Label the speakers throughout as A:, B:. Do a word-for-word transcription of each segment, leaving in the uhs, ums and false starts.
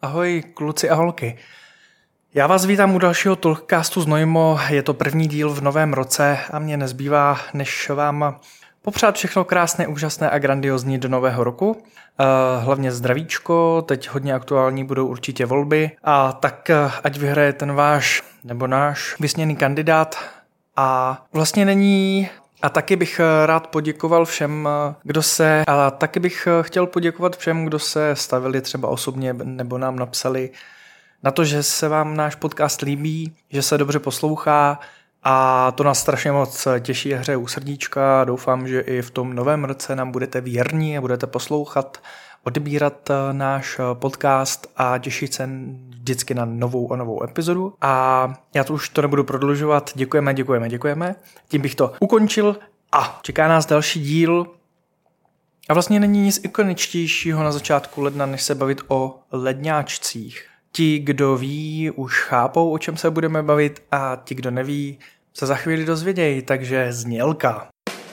A: Ahoj kluci a holky. Já vás vítám u dalšího Talkcastu z Nojmo. Je to první díl v novém roce a mě nezbývá, než vám popřát všechno krásné, úžasné a grandiozní do nového roku. Hlavně zdravíčko, teď hodně aktuální budou určitě volby a tak ať vyhraje ten váš nebo náš vysněný kandidát. A vlastně není... A taky bych rád poděkoval všem, kdo se... A taky bych chtěl poděkovat všem, kdo se stavili třeba osobně nebo nám napsali na to, že se vám náš podcast líbí, že se dobře poslouchá a to nás strašně moc těší a hřeje u srdíčka. Doufám, že i v tom novém roce nám budete věrní a budete poslouchat, odebírat náš podcast a těšit se vždycky na novou a novou epizodu. A já to už to nebudu prodlužovat. Děkujeme, děkujeme, děkujeme. Tím bych to ukončil a čeká nás další díl. A vlastně není nic ikoničtějšího na začátku ledna, než se bavit o ledňáčcích. Ti, kdo ví, už chápou, o čem se budeme bavit a ti, kdo neví, se za chvíli dozvědějí, takže znělka.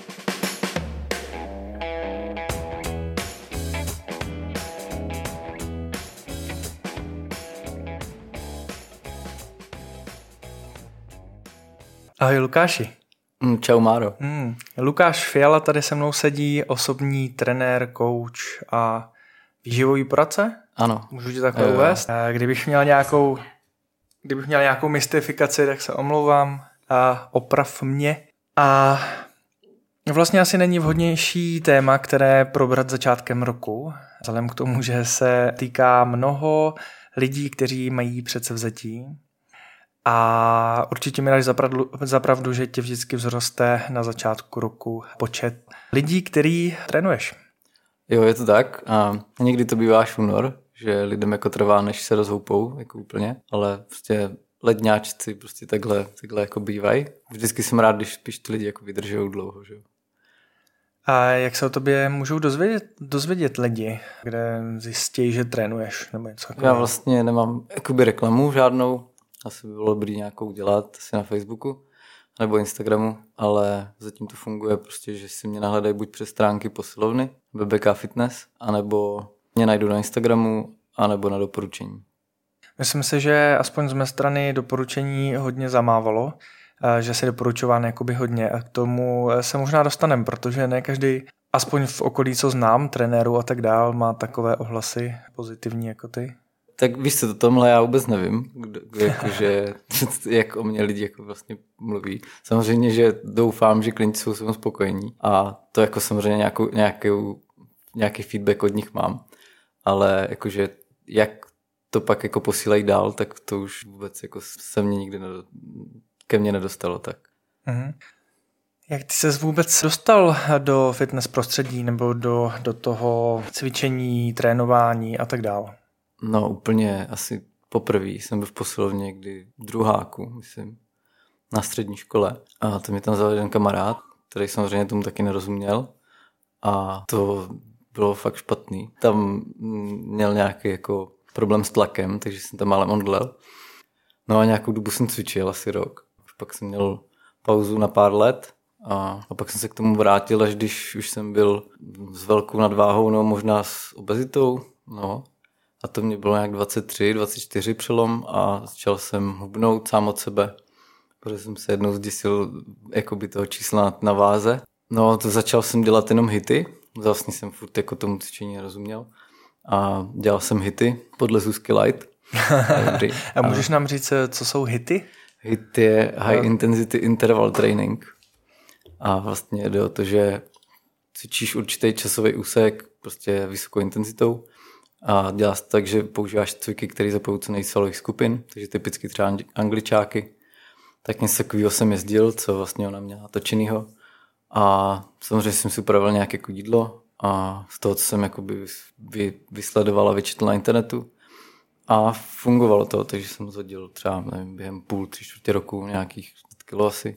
A: Ahoj Lukáši.
B: Mm, čau Máro.
A: Hmm. Lukáš Fiala tady se mnou sedí, osobní trenér, coach a výživový poradce?
B: Ano.
A: Můžu ti takhle uvést? Kdybych měl nějakou, kdybych měl nějakou mystifikaci, tak se omlouvám a oprav mě. A vlastně asi není vhodnější téma, které probrat začátkem roku, vzhledem k tomu, že se týká mnoho lidí, kteří mají předsevzetí. A určitě mi dáš zapravdu, zapravdu, že tě vždycky vzroste na začátku roku počet lidí, který trénuješ.
B: Jo, je to tak. A někdy to bývá až únor, že lidem jako trvá, než se rozhoupou, jako úplně, ale prostě ledňáčci prostě takhle, takhle jako bývají. Vždycky jsem rád, když spíš ty lidi jako vydržou dlouho, že jo.
A: A jak se o tobě můžou dozvědět, dozvědět lidi, kde zjistí, že trénuješ nebo něco takového?
B: Já vlastně nemám jakoby reklamu žádnou, asi by bylo dobrý nějakou dělat asi na Facebooku nebo Instagramu, ale zatím to funguje prostě, že si mě nahledají buď přes stránky posilovny, B B K Fitness, anebo mě najdu na Instagramu, anebo na doporučení.
A: Myslím si, že aspoň z mé strany doporučení hodně zamávalo, že si doporučován jakoby hodně a k tomu se možná dostaneme, protože ne každý, aspoň v okolí, co znám, trenéru a tak dál, má takové ohlasy pozitivní jako ty.
B: Tak víš co, to tomhle já vůbec nevím, kdo, jakože, jak o mě lidi jako vlastně mluví. Samozřejmě, že doufám, že klienti jsou jsou spokojení a to jako samozřejmě nějakou, nějakou, nějaký feedback od nich mám, ale jakože jak to pak jako posílají dál, tak to už vůbec jako se mě nikdy nedo, ke mně nedostalo. Tak.
A: Mhm. Jak ty ses vůbec dostal do fitness prostředí nebo do, do toho cvičení, trénování a tak dále?
B: No úplně asi poprvé jsem byl v posilovně někdy v druháku, myslím, na střední škole. A to mi tam vzal jeden kamarád, který samozřejmě tomu taky nerozuměl. A to bylo fakt špatný. Tam měl nějaký jako problém s tlakem, takže jsem tam málem omdlel. No a nějakou dobu jsem cvičil, asi rok. Pak jsem měl pauzu na pár let a, a pak jsem se k tomu vrátil, až když už jsem byl s velkou nadváhou, no možná s obezitou, no. A to mě bylo nějak dvacet tři, dvacet čtyři přelom a začal jsem hubnout sám od sebe, protože jsem se jednou zděsil jakoby toho čísla na váze. No to začal jsem dělat jenom hity, vlastně jsem furt jako tomu cvičení nerozuměl a dělal jsem hity podle Zuzky Light.
A: A můžeš nám říct, co jsou hity?
B: Hit je High Intensity Interval Training a vlastně jde o to, že cvičíš určitý časový úsek prostě vysokou intenzitou a děláš to tak, že používáš cviky, které zapojují co nejvíc svalových skupin, takže typicky třeba angličáky. Tak něco takového jsem jezdil, co vlastně ona měla točenýho. A samozřejmě jsem si upravil nějaké jako jídlo a z toho, co jsem jakoby vysledoval a vyčetl na internetu. A fungovalo to, takže jsem zhodil třeba nevím, během půl, tři čtvrtě roku nějakých kilo asi.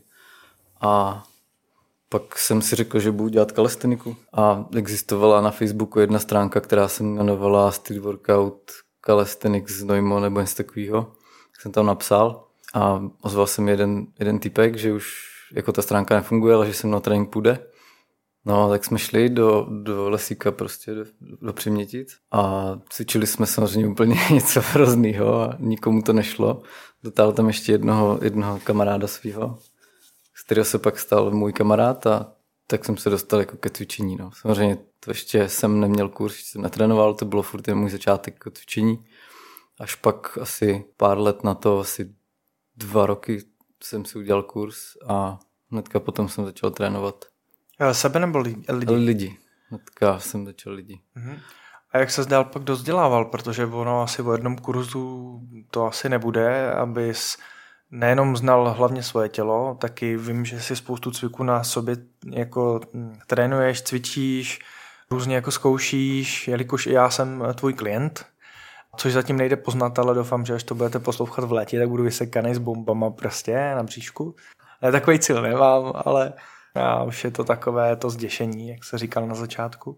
B: A pak jsem si řekl, že budu dělat kalisteniku. A existovala na Facebooku jedna stránka, která se jmenovala Street Workout Calisthenics z Nojmo nebo něco takového. Tak jsem tam napsal a ozval jsem jeden, jeden typek, že už jako ta stránka nefunguje, ale že se mnou trénink půjde. No, tak jsme šli do, do lesíka prostě, do, do Přimětic a cvičili jsme samozřejmě úplně něco hroznýho a nikomu to nešlo. Dotáhl tam ještě jednoho, jednoho kamaráda svýho, z kterého se pak stal můj kamarád a tak jsem se dostal jako ke cvičení. No. Samozřejmě to ještě jsem neměl kurz, jsem netrénoval, to bylo furt jen můj začátek jako cvičení. Až pak asi pár let na to, asi dva roky jsem si udělal kurz a hnedka potom jsem začal trénovat.
A: Sebe nebo lidi?
B: Lidi. Hnedka jsem začal lidi.
A: Uh-huh. A jak se dál pak dozdělával? Protože ono asi o jednom kurzu to asi nebude, abys nejenom znal hlavně svoje tělo, taky vím, že si spoustu cviků na sobě jako trénuješ, cvičíš, různě jako zkoušíš, jelikož já jsem tvůj klient, což zatím nejde poznat, ale doufám, že až to budete poslouchat v létě, tak budu vysekaný s bombama prostě na bříšku. Ale takový cíl nemám, ale já už je to takové to zděšení, jak se říkal na začátku.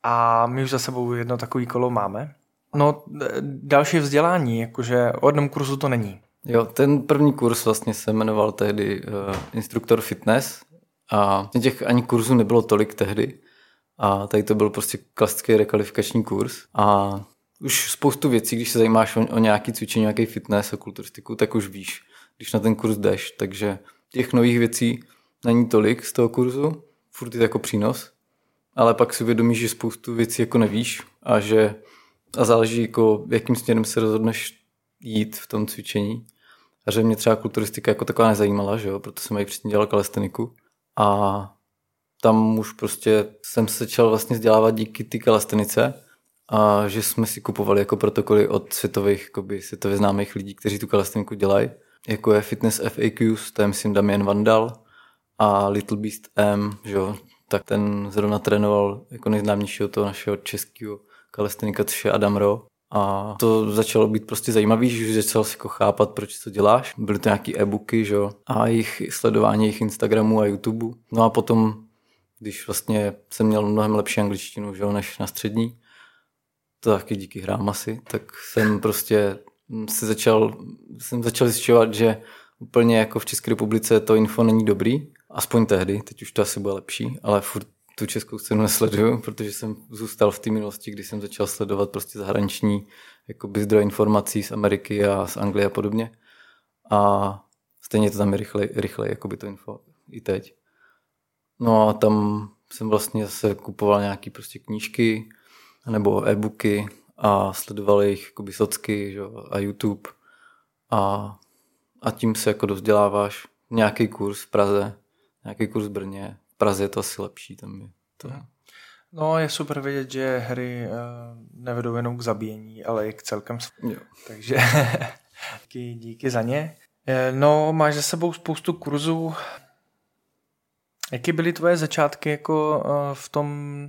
A: A my už za sebou jedno takový kolo máme. No další vzdělání, jakože o jednom kurzu to není.
B: Jo, ten první kurz vlastně se jmenoval tehdy uh, instruktor fitness a těch ani kurzů nebylo tolik tehdy a tady to byl prostě klasický rekvalifikační kurz a už spoustu věcí, když se zajímáš o, o nějaký cvičení, nějaký fitness a kulturistiku, tak už víš, když na ten kurz jdeš, takže těch nových věcí není tolik z toho kurzu, furt je to jako přínos, ale pak si uvědomíš, že spoustu věcí jako nevíš a že a záleží jako jakým směrem se rozhodneš jít v tom cvičení. A že mě třeba kulturistika jako taková nezajímala, že jo, proto jsem i předtím dělal kalisteniku. A tam už prostě jsem se začal vlastně vzdělávat díky té kalistenice a že jsme si kupovali jako protokoly od světových, jakoby, světově známých lidí, kteří tu kalisteniku dělají. Jako je Fitness F A Qs, to je myslím Damien Vandal a Little Beast M, že jo, tak ten zrovna trénoval jako nejznámějšího toho našeho českého kalistenika, což je Adam Ro. A to začalo být prostě zajímavý, že začal si jako chápat, proč to děláš. Byly to nějaký e-booky, že? A jejich sledování jejich Instagramu a YouTube. No a potom, když vlastně jsem měl mnohem lepší angličtinu, že? Než na střední, to taky díky hrám asi, tak jsem prostě se začal, jsem začal zjišťovat, že úplně jako v České republice to info není dobrý, aspoň tehdy, teď už to asi bude lepší, ale furt tu českou scénu nesleduju, protože jsem zůstal v té minulosti, kdy jsem začal sledovat prostě zahraniční jakoby zdroje informací z Ameriky a z Anglie a podobně. A stejně to tam je rychlej, rychlej jakoby to info i teď. No a tam jsem vlastně zase kupoval nějaký prostě knížky nebo e-booky a sledoval jejich jakoby socky, že, a YouTube a, a tím se jako dovzděláváš. Nějaký kurz v Praze, nějaký kurz v Brně. V Praze je to asi lepší. Tam je to.
A: No, je super vidět, že hry uh, nevedou jenom k zabíjení, ale i k celkem.
B: Jo.
A: Takže díky, díky za ně. No, máš za sebou spoustu kurzů. Jaké byly tvoje začátky jako uh, v tom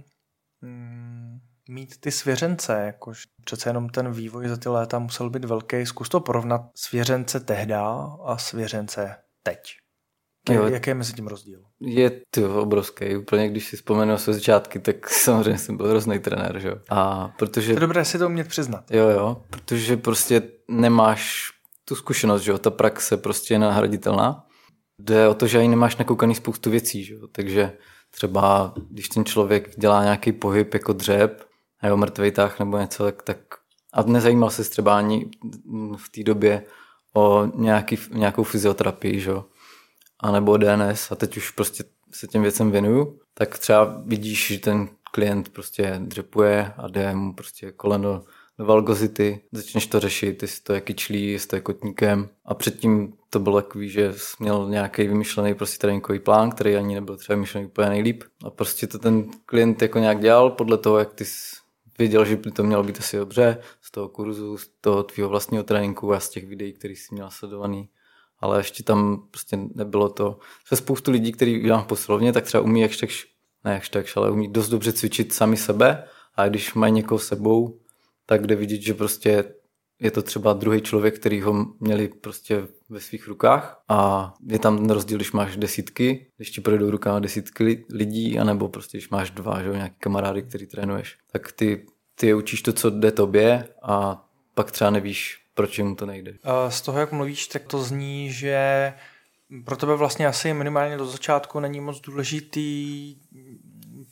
A: mm, mít ty svěřence? Jakož přece jenom ten vývoj za ty léta musel být velký. Zkus to porovnat svěřence tehda a svěřence teď. Jo, jaký je mezi tím rozdíl?
B: Je to obrovský. Úplně když si vzpomenu na své začátky, tak samozřejmě jsem byl hrozný trenér. Že? A protože...
A: To je dobré si to umět přiznat.
B: Jo, jo, protože prostě nemáš tu zkušenost, že? Ta praxe prostě je nenahraditelná. Jde o to, že ani nemáš nakoukaný spoustu věcí. Že? Takže třeba když ten člověk dělá nějaký pohyb jako dřep, nebo mrtvej tah nebo něco, tak, tak a nezajímal se třeba ani v té době o nějaký, nějakou fyzioterapii, že? A nebo D N S a teď už prostě se těm věcem věnuju, tak třeba vidíš, že ten klient prostě dřepuje a jde mu prostě koleno do valgozity, začneš to řešit, jestli to je kyčlí, jestli to je kotníkem a předtím to bylo takový, že jsi měl nějaký vymyšlený prostě tréninkový plán, který ani nebyl třeba vymyšlený úplně nejlíp a prostě to ten klient jako nějak dělal podle toho, jak ty jsi věděl, že by to mělo být asi dobře z toho kurzu, z toho tvýho vlastního tréninku a z těch videí, který jsi měl sledovaný. Ale ještě tam prostě nebylo to. Že spoustu lidí, kteří dělám v posilovně, tak třeba umí jakž takž, ne jakž takž, ale umí dost dobře cvičit sami sebe a když mají někoho sebou, tak jde vidět, že prostě je to třeba druhý člověk, který ho měli prostě ve svých rukách a je tam ten rozdíl, když máš desítky, když ti projdou rukama desítky lidí, anebo prostě když máš dva, že, nějaký kamarády, který trénuješ, tak ty, ty je učíš to, co jde tobě a pak třeba nevíš, proč mu to nejde.
A: Z toho, jak mluvíš, tak to zní, že pro tebe vlastně asi minimálně do začátku není moc důležitý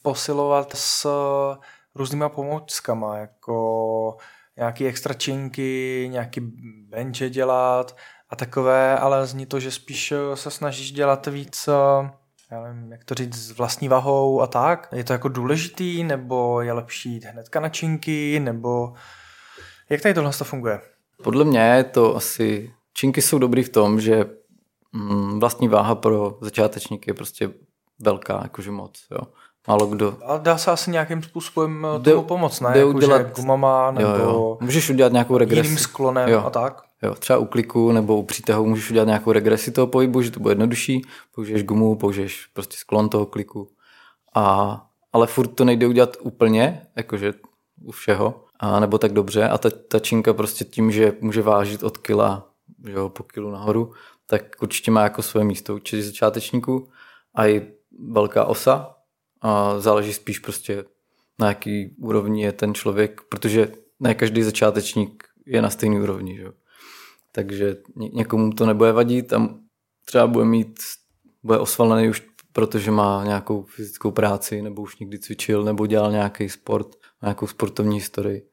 A: posilovat s různýma pomůckama, jako nějaký extra činky, nějaký benče dělat a takové, ale zní to, že spíš se snažíš dělat víc, já nevím, jak to říct, s vlastní vahou a tak. Je to jako důležitý, nebo je lepší jít hnedka na činky, nebo jak tady tohle to funguje?
B: Podle mě je to asi, činky jsou dobrý v tom, že vlastní váha pro začátečníky je prostě velká, jakože moc, jo. Málo kdo.
A: A dá se asi nějakým způsobem tomu pomoct, ne? Jako,
B: udělat...
A: že gumama, nebo
B: jo, jo. Můžeš udělat nějakou regresi.
A: Jiným sklonem
B: jo.
A: a tak?
B: Jo, třeba u kliku nebo u přítahu můžeš udělat nějakou regresi toho pohybu, že to bude jednodušší. Použiješ gumu, použiješ prostě sklon toho kliku. A, ale furt to nejde udělat úplně, jakože u všeho, a nebo tak dobře. A ta, ta činka prostě tím, že může vážit od kila, že jo, po kilu nahoru, tak určitě má jako své místo určitě začátečníků. A i velká osa. A záleží spíš prostě na jaký úrovni je ten člověk, protože ne každý začátečník je na stejné úrovni. Že? Takže ně- někomu to nebude vadit a třeba bude mít, bude osvalený už protože má nějakou fyzickou práci nebo už někdy cvičil nebo dělal nějaký sport, nějakou sportovní historii.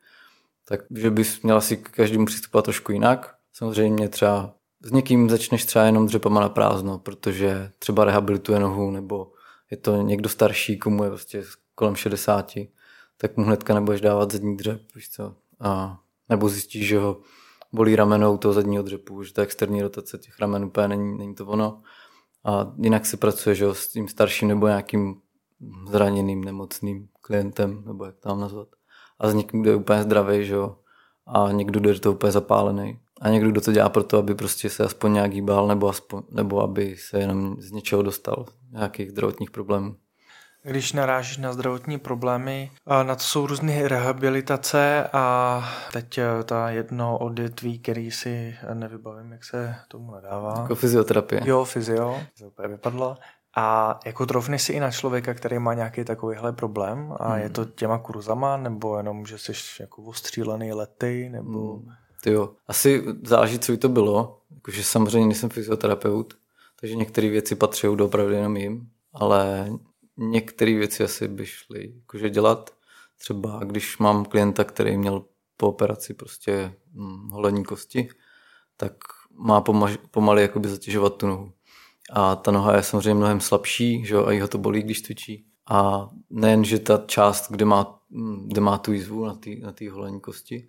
B: Takže bys měl asi k každému přistupovat trošku jinak. Samozřejmě třeba s někým začneš třeba jenom dřepama na prázdno, protože třeba rehabilituje nohu nebo je to někdo starší, komu je prostě kolem šedesáti, tak mu hnedka nebudeš dávat zadní dřep, víš co? A nebo zjistíš, že ho bolí ramenou toho zadního dřepu, že ta externí rotace těch ramen úplně není, není to ono. A jinak se pracuje, že ho, s tím starším nebo nějakým zraněným, nemocným klientem, nebo jak to mám nazvat. A s někým, kdo je úplně zdravý, že jo? A někdo, kdo je to úplně zapálený. A někdo, kdo to dělá proto, aby prostě se aspoň nějak hýbal, nebo, aspoň, nebo aby se jenom z něčeho dostal, nějakých zdravotních problémů.
A: Když narážíš na zdravotní problémy, na to jsou různé rehabilitace a teď ta jedno odvětví, který si nevybavím, jak se tomu nadává.
B: Jako fyzioterapie.
A: Jo, fyzio, to úplně vypadlo. A jako troufny si i na člověka, který má nějaký takovýhle problém a hmm. je to těma kurzama, nebo jenom, že jsi jako ostřílený lety, nebo...
B: Hmm. Ty jo, asi záleží, co by to bylo. Jakože samozřejmě nejsem fyzioterapeut, takže některé věci patří opravdu jenom jim, ale některé věci asi by šly jakože dělat. Třeba když mám klienta, který měl po operaci prostě hm, holení kosti, tak má pomaž, pomaly jakoby zatěžovat tu nohu. A ta noha je samozřejmě mnohem slabší, že jo, a jí ho to bolí, když cvičí. A nejen, že ta část, kde má, kde má tu jízvu na té na té holení kosti,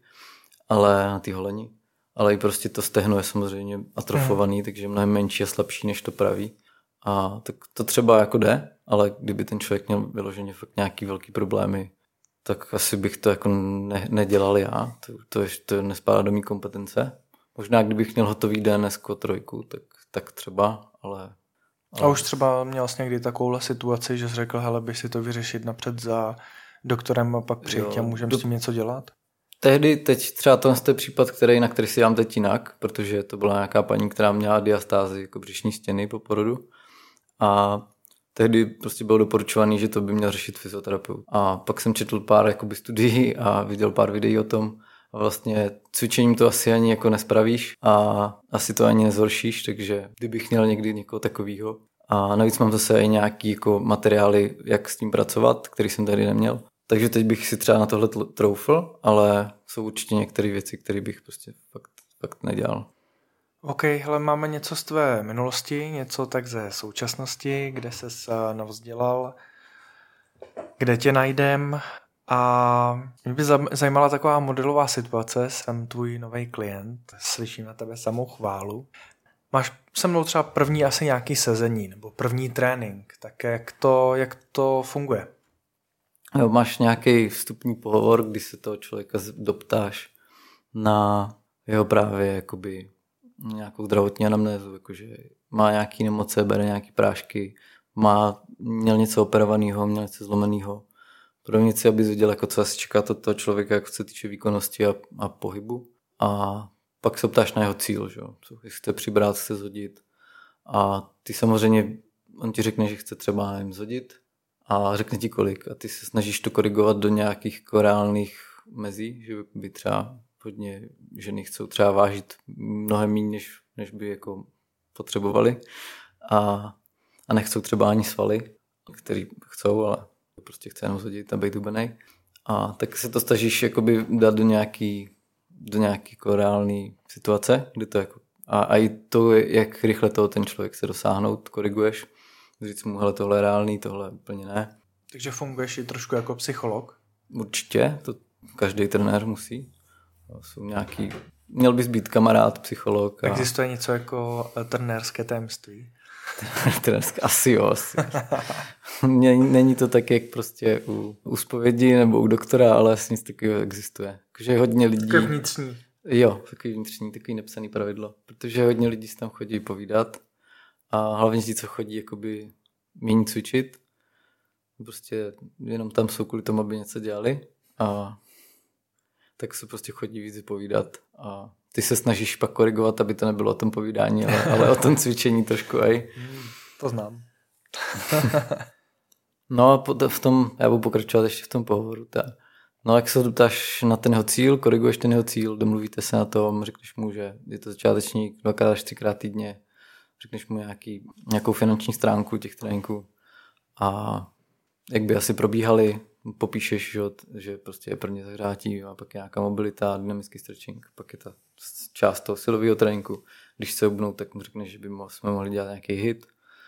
B: ale na té holení, ale i prostě to stehno je samozřejmě atrofovaný, hmm. takže mnohem menší a slabší než to pravý. A tak to třeba jako jde, ale kdyby ten člověk měl vyloženě fakt nějaký velký problémy, tak asi bych to jako ne, nedělal já. To, to, je, to nespadá do mý kompetence. Možná kdybych měl hotový D N S trojku, tak, tak třeba, ale, ale...
A: A už třeba měl jsi někdy takovouhle situaci, že jsi řekl, hele, bych si to vyřešit napřed za doktorem a pak přijet a můžeme do... s tím něco dělat?
B: Tehdy, teď třeba to je případ, který, na který si dám teď jinak, protože to byla nějaká paní, která měla diastázi jako břišní stěny po porodu. A tehdy prostě bylo doporučované, že to by měl řešit fyzioterapeut. A pak jsem četl pár jakoby studií a viděl pár videí o tom. A vlastně cvičením to asi ani jako nespravíš a asi to ani nezhoršíš, takže kdybych měl někdy někoho takového. A navíc mám zase i nějaký jako materiály, jak s tím pracovat, který jsem tady neměl. Takže teď bych si třeba na tohle troufl, ale jsou určitě některé věci, které bych prostě fakt, fakt nedělal.
A: OK, hele, máme něco z tvé minulosti, něco tak ze současnosti, kde ses navzdělal, kde tě najdem a mě by zajímala taková modelová situace, jsem tvůj nový klient, slyším na tebe samou chválu. Máš se mnou třeba první asi nějaký sezení nebo první trénink, tak jak to, jak to funguje?
B: Jo, máš nějaký vstupní pohovor, kdy se toho člověka doptáš na jeho právě jakoby nějakou zdravotní anamnézu, jakože má nějaký nemoce, bere nějaký prášky, má, měl něco operovaného, měl něco zlomeného. První si, abys viděl, jako co asi čeká to toho člověka, jako se týče výkonnosti a, a pohybu. A pak se ptáš na jeho cíl, že? Co chce přibrat, chce zhodit. A ty samozřejmě, on ti řekne, že chce třeba jim zhodit a řekne ti kolik. A ty se snažíš to korigovat do nějakých reálných mezí, že by třeba hodně ženy chcou třeba vážit mnohem méně, než, než by jako potřebovali. A, a nechcou třeba ani svaly, který chcou, ale prostě chce jenom zhodit a být hubenej. A tak se to snažíš jakoby dát do nějaký, do nějaký jako reální situace, kdy to jako, a, a i to, jak rychle toho ten člověk se dosáhnout, koriguješ. Říct mu, hele, tohle je reálný, tohle úplně ne.
A: Takže funguješ i trošku jako psycholog?
B: Určitě, to každý trenér musí. Jsou nějaký, měl bys být kamarád, psycholog. A...
A: Existuje něco jako trenérské tajemství?
B: Trenérské, asi jo, asi. Není to tak, jak prostě u, u zpovědi nebo u doktora, ale asi nic takového existuje. Takže hodně lidí...
A: Takový vnitřní.
B: Jo, takový vnitřní, takový nepsaný pravidlo. Protože hodně lidí si tam chodí povídat a hlavně ti, co chodí jakoby méně cvičit, prostě jenom tam jsou kvůli tomu, aby něco dělali a tak se prostě chodí víc povídat a ty se snažíš pak korigovat, aby to nebylo o tom povídání, ale, ale o tom cvičení trošku aj.
A: Hmm, to znám.
B: No a v tom, já budu pokračovat ještě v tom pohovoru. Ta. No jak se dotáš na ten jeho cíl, koriguješ ten jeho cíl, domluvíte se na tom, řekneš mu, že je to začátečník dvakrát až třikrát týdně, řekneš mu nějaký, nějakou finanční stránku těch tréninků a jak by asi probíhaly, popíšeš, že, že prostě je první zahřátí a pak nějaká mobilita, dynamický stretching, pak je ta část toho silového tréninku. Když se obnou, tak mu řekneš, že by jsme mohli dělat nějaký hit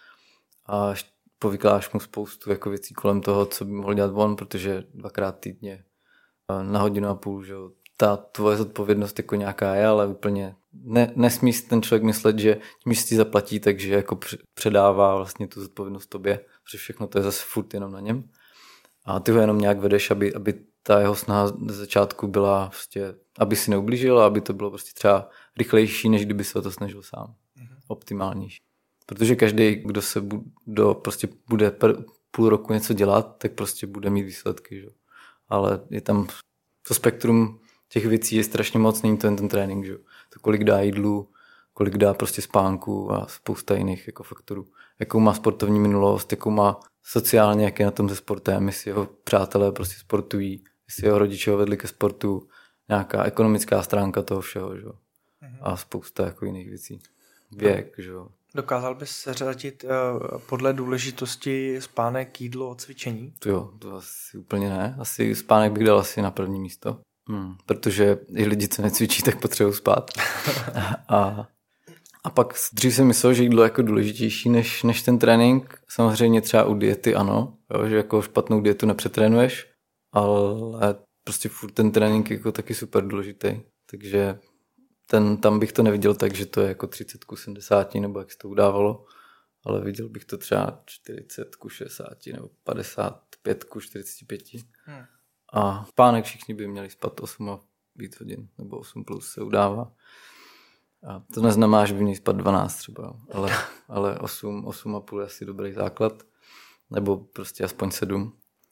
B: a povykládáš mu spoustu jako věcí kolem toho, co by mohl dělat on, protože dvakrát týdně na hodinu a půl, že ta tvoje zodpovědnost jako nějaká je, ale úplně ne, nesmí ten člověk myslet, že tím si zaplatí, takže jako předává vlastně tu zodpovědnost tobě, protože všechno to je zase furt jenom na něm. A ty ho jenom nějak vedeš, aby, aby ta jeho snaha ze začátku byla prostě, aby si neublížil a aby to bylo prostě třeba rychlejší, než kdyby se o to snažil sám. Mm-hmm. Optimálnější. Protože každý, kdo se do, prostě bude per, půl roku něco dělat, tak prostě bude mít výsledky. Že? Ale je tam to spektrum těch věcí je strašně moc, není to jen ten trénink. Že? To kolik dá jídlu, kolik dá prostě spánku a spousta jiných jako faktorů. Jakou má sportovní minulost, jakou má sociálně, jak je na tom se sportem, jestli jeho přátelé prostě sportují, jestli jeho rodiče ho vedli ke sportu, nějaká ekonomická stránka toho všeho, že? Mm-hmm. A spousta jako jiných věcí. Věk, že jo.
A: Dokázal bys seřadit uh, podle důležitosti spánek, jídlo, cvičení?
B: To jo, to asi úplně ne. Asi spánek bych dal asi na první místo. Hmm, protože i lidi, co necvičí, tak potřebují spát. a, a pak dřív jsem myslel, že jídlo je jako důležitější než, než ten trénink. Samozřejmě třeba u diety ano, jo, že jako špatnou dietu nepřetrénuješ, ale prostě furt ten trénink je jako taky super důležitý. Takže ten, tam bych to neviděl tak, že to je jako třicet ku sedmdesáti, nebo jak se to udávalo, ale viděl bych to třeba čtyřicet ku šedesáti nebo padesát pět ku čtyřiceti pěti. Hmm. A spánek všichni by měli spát osm a víc hodin, nebo osm plus se udává. A to neznamená, že by měli spát dvanáct třeba, ale, ale osm, osm a půl je asi dobrý základ, nebo prostě aspoň sedm.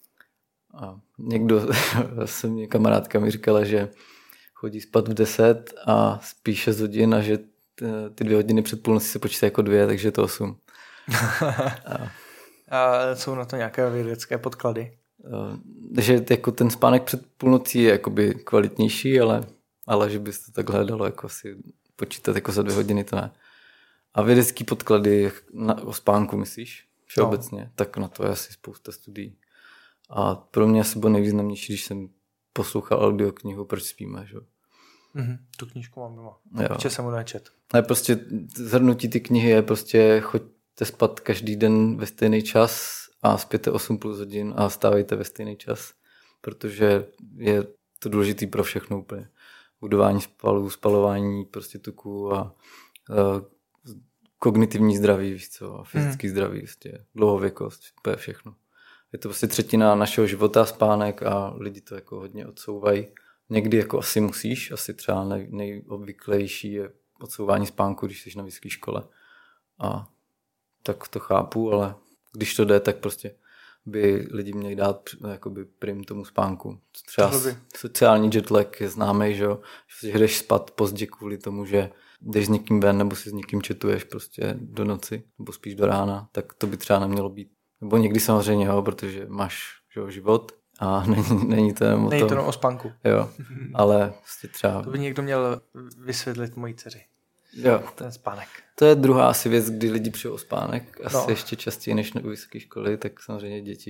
B: A někdo, se mě kamarádka mi říkala, že chodí spát v deset a spí šest hodin a že ty dvě hodiny před půlnocí se počítají jako dvě, takže je to osm.
A: a... a jsou na to nějaké vědecké podklady?
B: Takže jako ten spánek před půlnocí je jakoby kvalitnější, ale, ale že bys to takhle dalo jako si počítat jako za dvě hodiny, to ne. A vědecký podklady na, o spánku, myslíš? Všeobecně, no. Tak na to je asi spousta studií. A pro mě asi bylo nejvýznamnější, když jsem poslouchal audioknihu Proč spíme, že?
A: Mm-hmm, tu knížku mám doma.
B: Ještě
A: jsem ho nečet.
B: Ne, prostě zhrnutí ty knihy je prostě choďte spat každý den ve stejný čas a spěte osm plus hodin a stávejte ve stejný čas, protože je to důležitý pro všechno úplně. Budování spalů, spalování prostě tuků a uh, kognitivní zdraví, víš co, a fyzický mm. zdraví, prostě dlouhověkost, úplně všechno. Je to prostě třetina našeho života, spánek a lidi to jako hodně odsouvají. Někdy jako asi musíš, asi třeba nej, nejobvyklejší je odsouvání spánku, když jsi na vysoké škole. A tak to chápu, ale když to jde, tak prostě by lidi měli dát jakoby prim tomu spánku. Třeba sociální jetlag je známý, že jo, že jdeš spat pozdě kvůli tomu, že jdeš s někým ven nebo si s někým chatuješ prostě do noci nebo spíš do rána, tak to by třeba nemělo být. Nebo někdy samozřejmě, jo, protože máš že jo, život a není, není to jenom o
A: Není to jenom o spánku.
B: Jo, ale prostě třeba...
A: To by někdo měl vysvětlit mojí dceři.
B: Jo.
A: Ten spánek.
B: To je druhá asi věc, kdy lidi přijou o spánek. Asi
A: no.
B: ještě častěji než u vysoké školy, tak samozřejmě děti.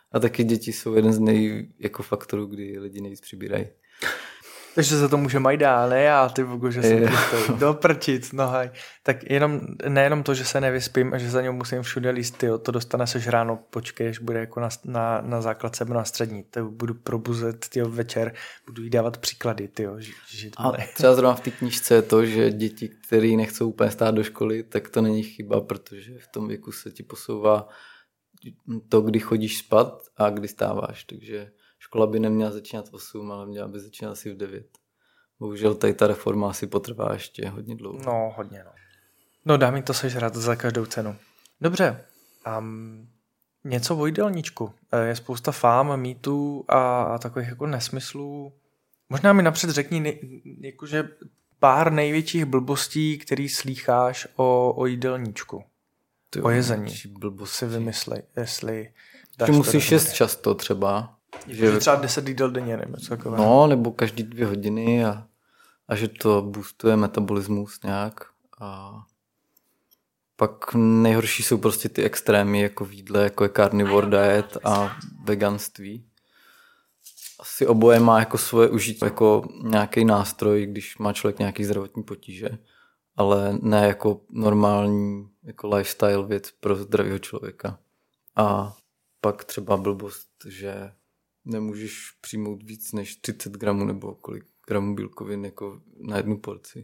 B: A taky děti jsou jeden z nej jako faktorů, kdy lidi nejvíc přibírají.
A: Takže se to může mají dál, ne já, ty bogu, že jsem tlustý. Do prčic, no hej. Tak jenom, nejenom to, že se nevyspím a že za něm musím všude líst, tyjo, to dostane seš ráno, počkej, až bude jako na, na, na základce na střední, to budu probuzet, tyjo, večer, budu jí dávat příklady, tyjo. Že,
B: a třeba zrovna v té knížce je to, že děti, který nechcou úplně stát do školy, tak to není chyba, protože v tom věku se ti posouvá to, kdy chodíš spát a kdy stáváš, takže škola by neměla začínat v osm, ale měla by začínat asi v devět. Bohužel tady ta reforma asi potrvá ještě hodně dlouho.
A: No, hodně, no. No dá mi to sežrat za každou cenu. Dobře. Um, něco o jídelníčku. Je spousta fám, mýtů a, a takových jako nesmyslů. Možná mi napřed řekni nej, jakože pár největších blbostí, který slýcháš o, o jídelníčku. Ty, o jezení. Blbosti. Si vymyslej, jestli
B: dáš. Musíš jíst často třeba.
A: Že třeba deset jídel denně nebo něco takového.
B: No, nebo každý dvě hodiny a, a že to boostuje metabolismus nějak. A pak nejhorší jsou prostě ty extrémy jako v jídle, jako je carnivore diet a veganství. Asi oboje má jako svoje užití, jako nějaký nástroj, když má člověk nějaký zdravotní potíže, ale ne jako normální jako lifestyle věc pro zdravého člověka. A pak třeba blbost, že nemůžeš přijmout víc než třicet gramů nebo kolik gramů bílkovin jako na jednu porci.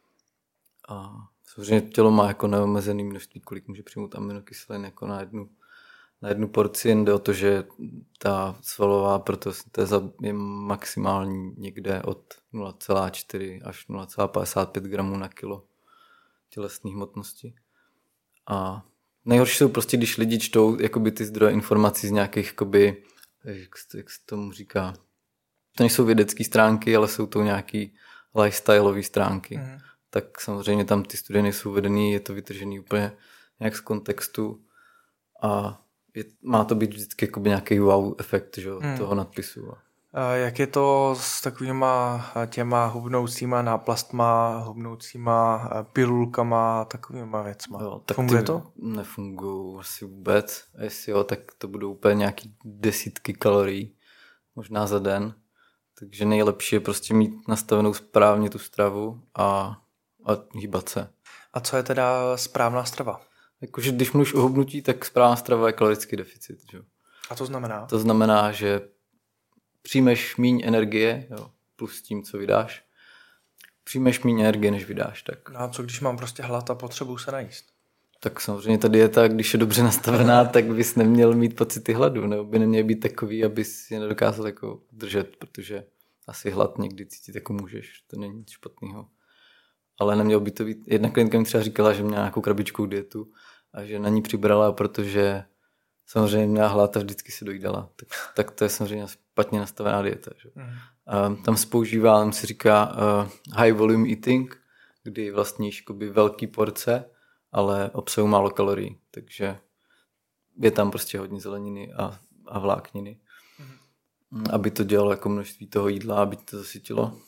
B: A samozřejmě tělo má jako neomezené množství, kolik může přijmout aminokyselin jako na jednu, na jednu porci, jen jde o to, že ta svalová protosyntéza je maximální někde od nula celá čtyři až nula celá padesát pět gramů na kilo tělesné hmotnosti. A nejhorší jsou prostě, když lidi čtou jakoby ty zdroje informací z nějakých jakoby, jak se tomu říká, to nejsou vědecké stránky, ale jsou to nějaký lifestyleové stránky. Mm. Tak samozřejmě tam ty studie nejsou vedený, je to vytržený úplně nějak z kontextu a je, má to být vždycky jakoby nějaký wow efekt, že, mm. toho nadpisu.
A: A jak je to s takovýma těma hubnoucíma náplastma, hubnoucíma pilulkama, takovýma věcma? Jo, tak funguje to?
B: Nefungují asi vůbec. A jestli jo, tak to budou úplně nějaký desítky kalorií, možná za den. Takže nejlepší je prostě mít nastavenou správně tu stravu a, a hýbat se.
A: A co je teda správná strava?
B: Jakože když mluvíš o hubnutí, tak správná strava je kalorický deficit. Že?
A: A to znamená?
B: To znamená, že přijmeš míň energie, jo, plus tím, co vydáš. Přijmeš míň energie, než vydáš. Tak.
A: No a co když mám prostě hlad a potřebuji se najíst?
B: Tak samozřejmě ta dieta, když je dobře nastavená, tak bys neměl mít pocity hladu, nebo by neměl být takový, abys je nedokázal jako držet, protože asi hlad někdy cítit jako můžeš, to není nic špatného. Ale neměl by to být, jedna klientka mi třeba říkala, že měla nějakou krabičkou dietu a že na ní přibrala, protože samozřejmě měla hlad a vždycky se dojídala. Tak, tak to je samozřejmě špatně nastavená dieta. Že? Mm. Um, tam se používá, tam se říká uh, high volume eating, kdy vlastníš jakoby velký porce, ale obsahují málo kalorií. Takže je tam prostě hodně zeleniny a, a vlákniny. Mm. Aby to dělalo jako množství toho jídla, aby to zasytilo.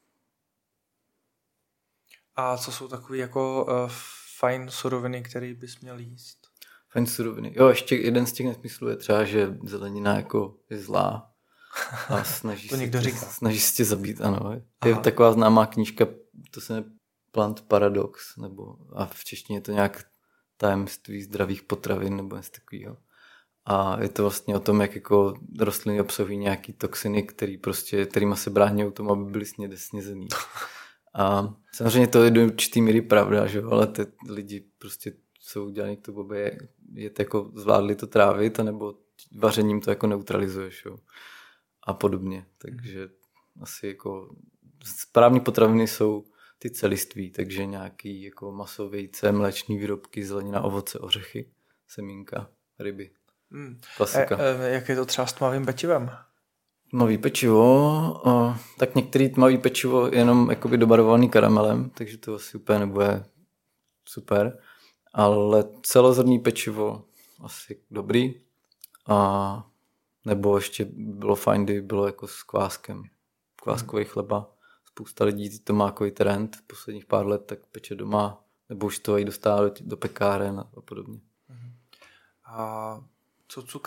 A: A co jsou takové jako uh, fajn suroviny, které bys měl jíst?
B: Fajn suroviny. Jo, ještě jeden z těch nesmyslů je třeba, že zelenina jako je zlá. A snaží
A: to někdo
B: se,
A: říká.
B: Snaží se tě zabít, ano. Je Aha. taková známá knížka, to se jmenuje Plant Paradox, nebo a v češtině je to nějak tajemství zdravých potravin, nebo něco takového. A je to vlastně o tom, jak jako rostliny obsahují nějaký toxiny, který prostě, kterýma se brání tomu, aby byly sněde, snězený. A samozřejmě to je do určitý míry pravda, že? Ale ty lidi prostě jsou udělaný k tomu, aby je, je to jako zvládli to trávit, anebo vařením to jako neutralizuješ, jo? A podobně. Takže mm. asi jako správné potraviny jsou ty celiství, takže nějaký jako maso, vejce, mléčný výrobky, zelenina, ovoce, ořechy, semínka, ryby. Mm. Klasika.
A: E, e, jak je to třeba s tmavým pečivem?
B: Tmavý pečivo, o, tak některý tmavý pečivo je jenom jakoby dobarvovaný karamelem, takže to asi úplně nebude super. Ale celozrnný pečivo asi dobrý. A nebo ještě bylo fajn, kdyby bylo jako s kváskem. Kváskový hmm. chleba. Spousta lidí to má jako trend v posledních pár let, tak peče doma, nebo už to i dostává do, do pekáren a podobně.
A: A co cukra?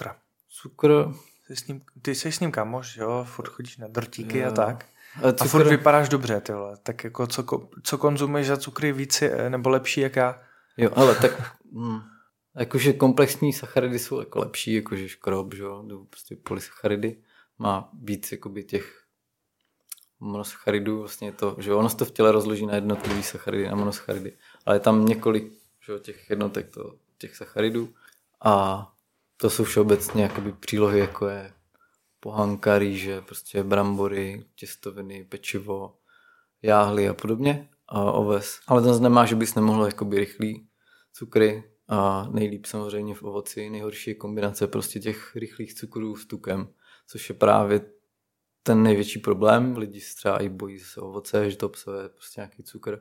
B: Cukr...
A: Ty, s ním, ty jsi s ním kamoš, jo? Furt chodíš na dortíky
B: jo.
A: a tak.
B: A,
A: cukr... a furt vypadáš dobře, ty vole. Tak jako co, co konzumuješ za cukry víc nebo lepší, jak já?
B: Jo, ale tak... Hm. Jakože komplexní sacharidy jsou jako lepší, jakože škrob, že jo, nebo prostě polysacharidy. Má víc jakoby těch monosacharidů, vlastně to, že ono se to v těle rozloží na jednotlivý sacharidy, na monosacharidy. Ale je tam několik, že jo, těch jednotek to, těch sacharidů a to jsou všeobecně jakoby přílohy, jako je pohanka, rýže, prostě brambory, těstoviny, pečivo, jáhly a podobně a oves. Ale ten nemá, že bys nemohl jakoby rychlý cukry. A nejlíp samozřejmě v ovoci, nejhorší je kombinace prostě těch rychlých cukrů s tukem, což je právě ten největší problém. Lidi se třeba i bojí se ovoce, že to obsahuje prostě nějaký cukr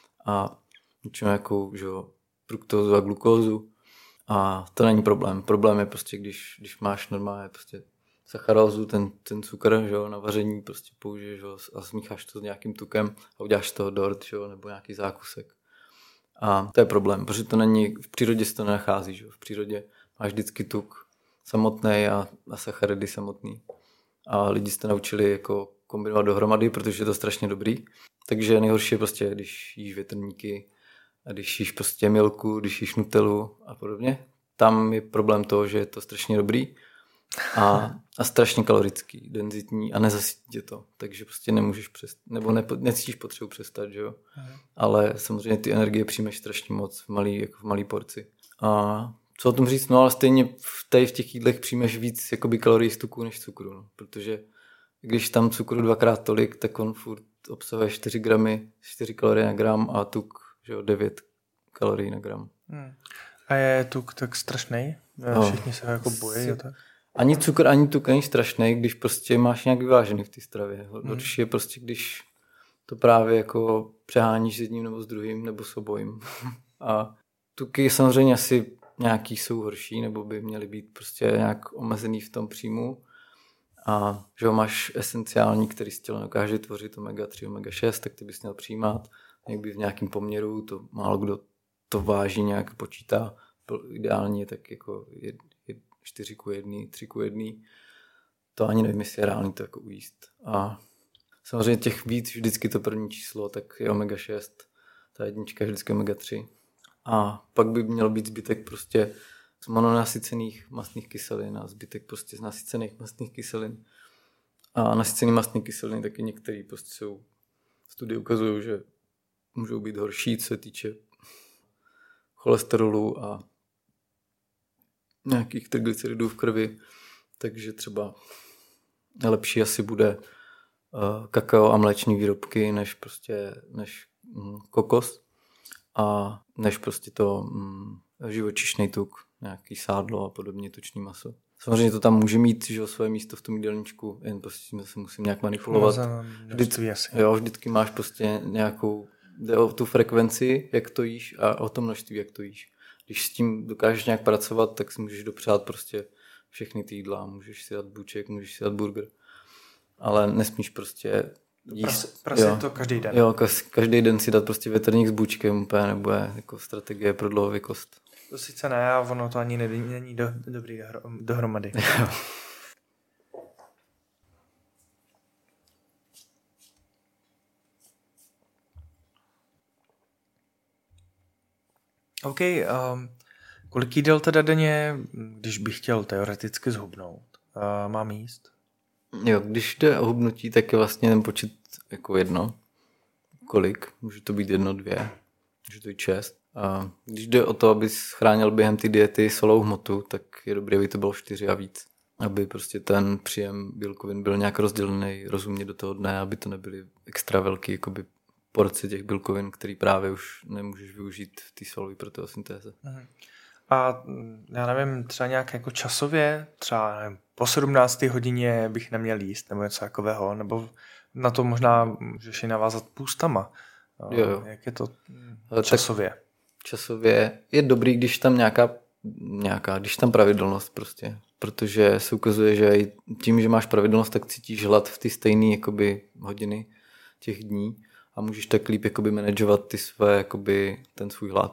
B: a něčím nějakou, že jo, fruktózu a glukózu a to není problém. Problém je prostě, když, když máš normálně prostě sacharózu, ten, ten cukr, že jo, na vaření prostě použiješ ho a smícháš to s nějakým tukem a uděláš z toho dort, že jo, nebo nějaký zákusek. A to je problém, protože to není, v přírodě se to nenachází, že? V přírodě máš vždycky tuk samotný a, a sacharidy samotný. A lidi se to naučili jako kombinovat dohromady, protože je to strašně dobrý. Takže nejhorší je prostě, když jíš větrníky, a když jíš prostě milku, když jíš nutelu a podobně. Tam je problém toho, že je to strašně dobrý a, a strašně kalorický, denzitní a nezasytí to. Takže prostě nemůžeš přestat, nebo ne, necítíš potřebu přestat, že jo. Aha. Ale samozřejmě ty energie přijmeš strašně moc v malý, jako v malý porci. A co o tom říct? No ale stejně v, tady v těch jídlech přijmeš víc jakoby kalorií z tuku než cukru, no. Protože když tam cukru dvakrát tolik, tak on furt obsahuje čtyři gramy, čtyři kalorie na gram a tuk, že jo, devět kalorií na gram. Hmm.
A: A je tuk tak strašný? No, všichni se jako bojí. Tak?
B: Ani cukr, ani tuk není strašný, když prostě máš nějak vyvážený v té stravě. Horší hmm. je prostě, když to právě jako přeháníš s jedním nebo s druhým, nebo s obojím. A tuky samozřejmě asi nějaký jsou horší, nebo by měly být prostě nějak omezený v tom příjmu. A že máš esenciální, který z těla dokáže tvořit omega tři, omega šest, tak ty bys měl přijímat někdy v nějakém poměru, to málo kdo to váží, nějak počítá. Ideálně tak jako jed, jed, čtyři ku jedný, tři ku jedný. To ani nevím, jestli je reálný to jako ujíst. A samozřejmě těch víc, vždycky to první číslo, tak je omega šest, ta jednička je vždycky omega tři. A pak by měl být zbytek prostě z mononasycených mastných kyselin a zbytek prostě z nasycených mastných kyselin. A nasycený mastné kyseliny taky některé prostě jsou, studie ukazují, že můžou být horší, co se týče cholesterolu a nějakých triglyceridů v krvi. Takže třeba lepší asi bude uh, kakao a mléčné výrobky než prostě než mm, kokos a než prostě to mm, živočišný tuk, nějaký sádlo a podobně, tučný maso. Samozřejmě to tam může mít, že o své místo v tom jídelníčku, jen prostě tím se musím nějak manipulovat. Vždycky, jo, vždycky máš prostě nějakou, jde o tu frekvenci, jak to jíš a o to množství, jak to jíš. Když s tím dokážeš nějak pracovat, tak si můžeš dopřát prostě všechny ty jídla. Můžeš si dát buček, můžeš si dát burger. Ale nesmíš prostě jíst.
A: Prostě to každý den.
B: Jo, každý den si dát prostě větrník s bučkem úplně nebude jako strategie pro dlouhověkost.
A: To sice ne, a ono to ani není, není do, dobrý dohromady.
B: Jo.
A: OK, um, kolik jídel teda denně, když bych chtěl teoreticky zhubnout, uh, mám jíst?
B: Jo, když jde o hubnutí, tak je vlastně ten počet jako jedno. Kolik? Může to být jedno, dvě, může to být šest. A když jde o to, abys chránil během ty diety solou hmotu, tak je dobré, aby to bylo čtyři a víc. Aby prostě ten příjem bílkovin byl nějak rozdělený rozumně do toho dne, aby to nebyly extra velký jakoby porce těch bílkovin, který právě už nemůžeš využít v té solové proteosyntéze.
A: A já nevím, třeba nějak jako časově, třeba nevím, po sedmnácté hodině bych neměl jíst, nebo něco takového, nebo na to možná můžeš i navázat půstama.
B: Jo, jo.
A: Jak je to časově? Tak
B: časově je dobrý, když tam nějaká, nějaká, když tam pravidelnost prostě, protože se ukazuje, že i tím, že máš pravidelnost, tak cítíš hlad v ty stejné jakoby hodiny těch dní a můžeš tak líp jakoby manažovat ty své, jakoby ten svůj hlad.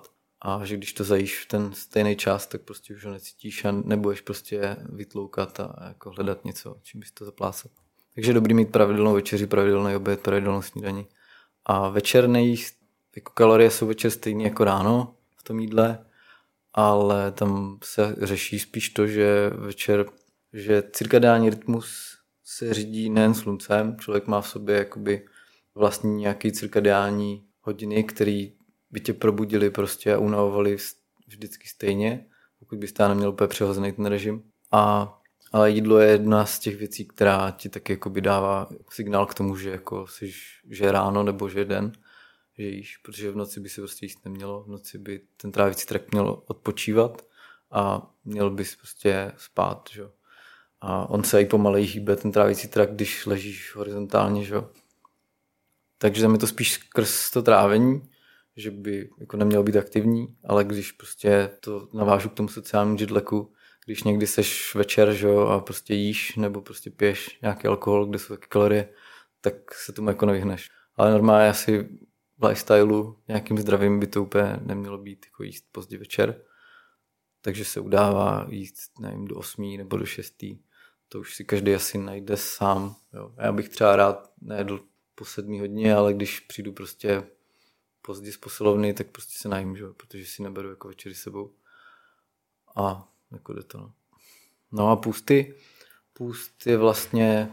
B: a že když to zajíš v ten stejný čas, tak prostě už ho necítíš a nebudeš prostě vytloukat a jako hledat něco, čím bys to zaplácal. Takže je dobrý mít pravidelnou večeři, pravidelný oběd, pravidelnou snídani. A večer nejíst, jako kalorie jsou večer stejný jako ráno v tom jídle, ale tam se řeší spíš to, že večer, že cirkadiální rytmus se řídí nejen sluncem, člověk má v sobě jakoby vlastní nějaký cirkadiální hodiny, který by tě probudili prostě a unavovali vždycky stejně, pokud bys tam neměl úplně přehozený ten režim. A, ale jídlo je jedna z těch věcí, která ti taky jakoby dává signál k tomu, že, jako jsi, že je ráno nebo že je den, že jíš, protože v noci by se prostě jíst nemělo, v noci by ten trávicí trakt měl odpočívat a měl bys prostě spát, že? A on se i pomalej hýbe, ten trávicí trakt, když ležíš horizontálně, že? Takže tam je to spíš skrz to trávení, že by jako nemělo být aktivní, ale když prostě to navážu k tomu sociálnímu jetlagu, když někdy seš večer, že jo, a prostě jíš nebo prostě piješ nějaký alkohol, kde jsou taky kalorie, tak se tomu jako nevyhneš. Ale normálně asi v lifestyleu nějakým zdravým by to úplně nemělo být jako jíst pozdě večer, takže se udává jíst, nevím, do osmí nebo do šestý. To už si každý asi najde sám. Jo. Já bych třeba rád nejedl po sedmý hodině, ale když přijdu prostě pozdě z posilovny, tak prostě se najím, že? Protože si neberu jako večeři sebou. A jako jde to. No, no a půsty. Půst je vlastně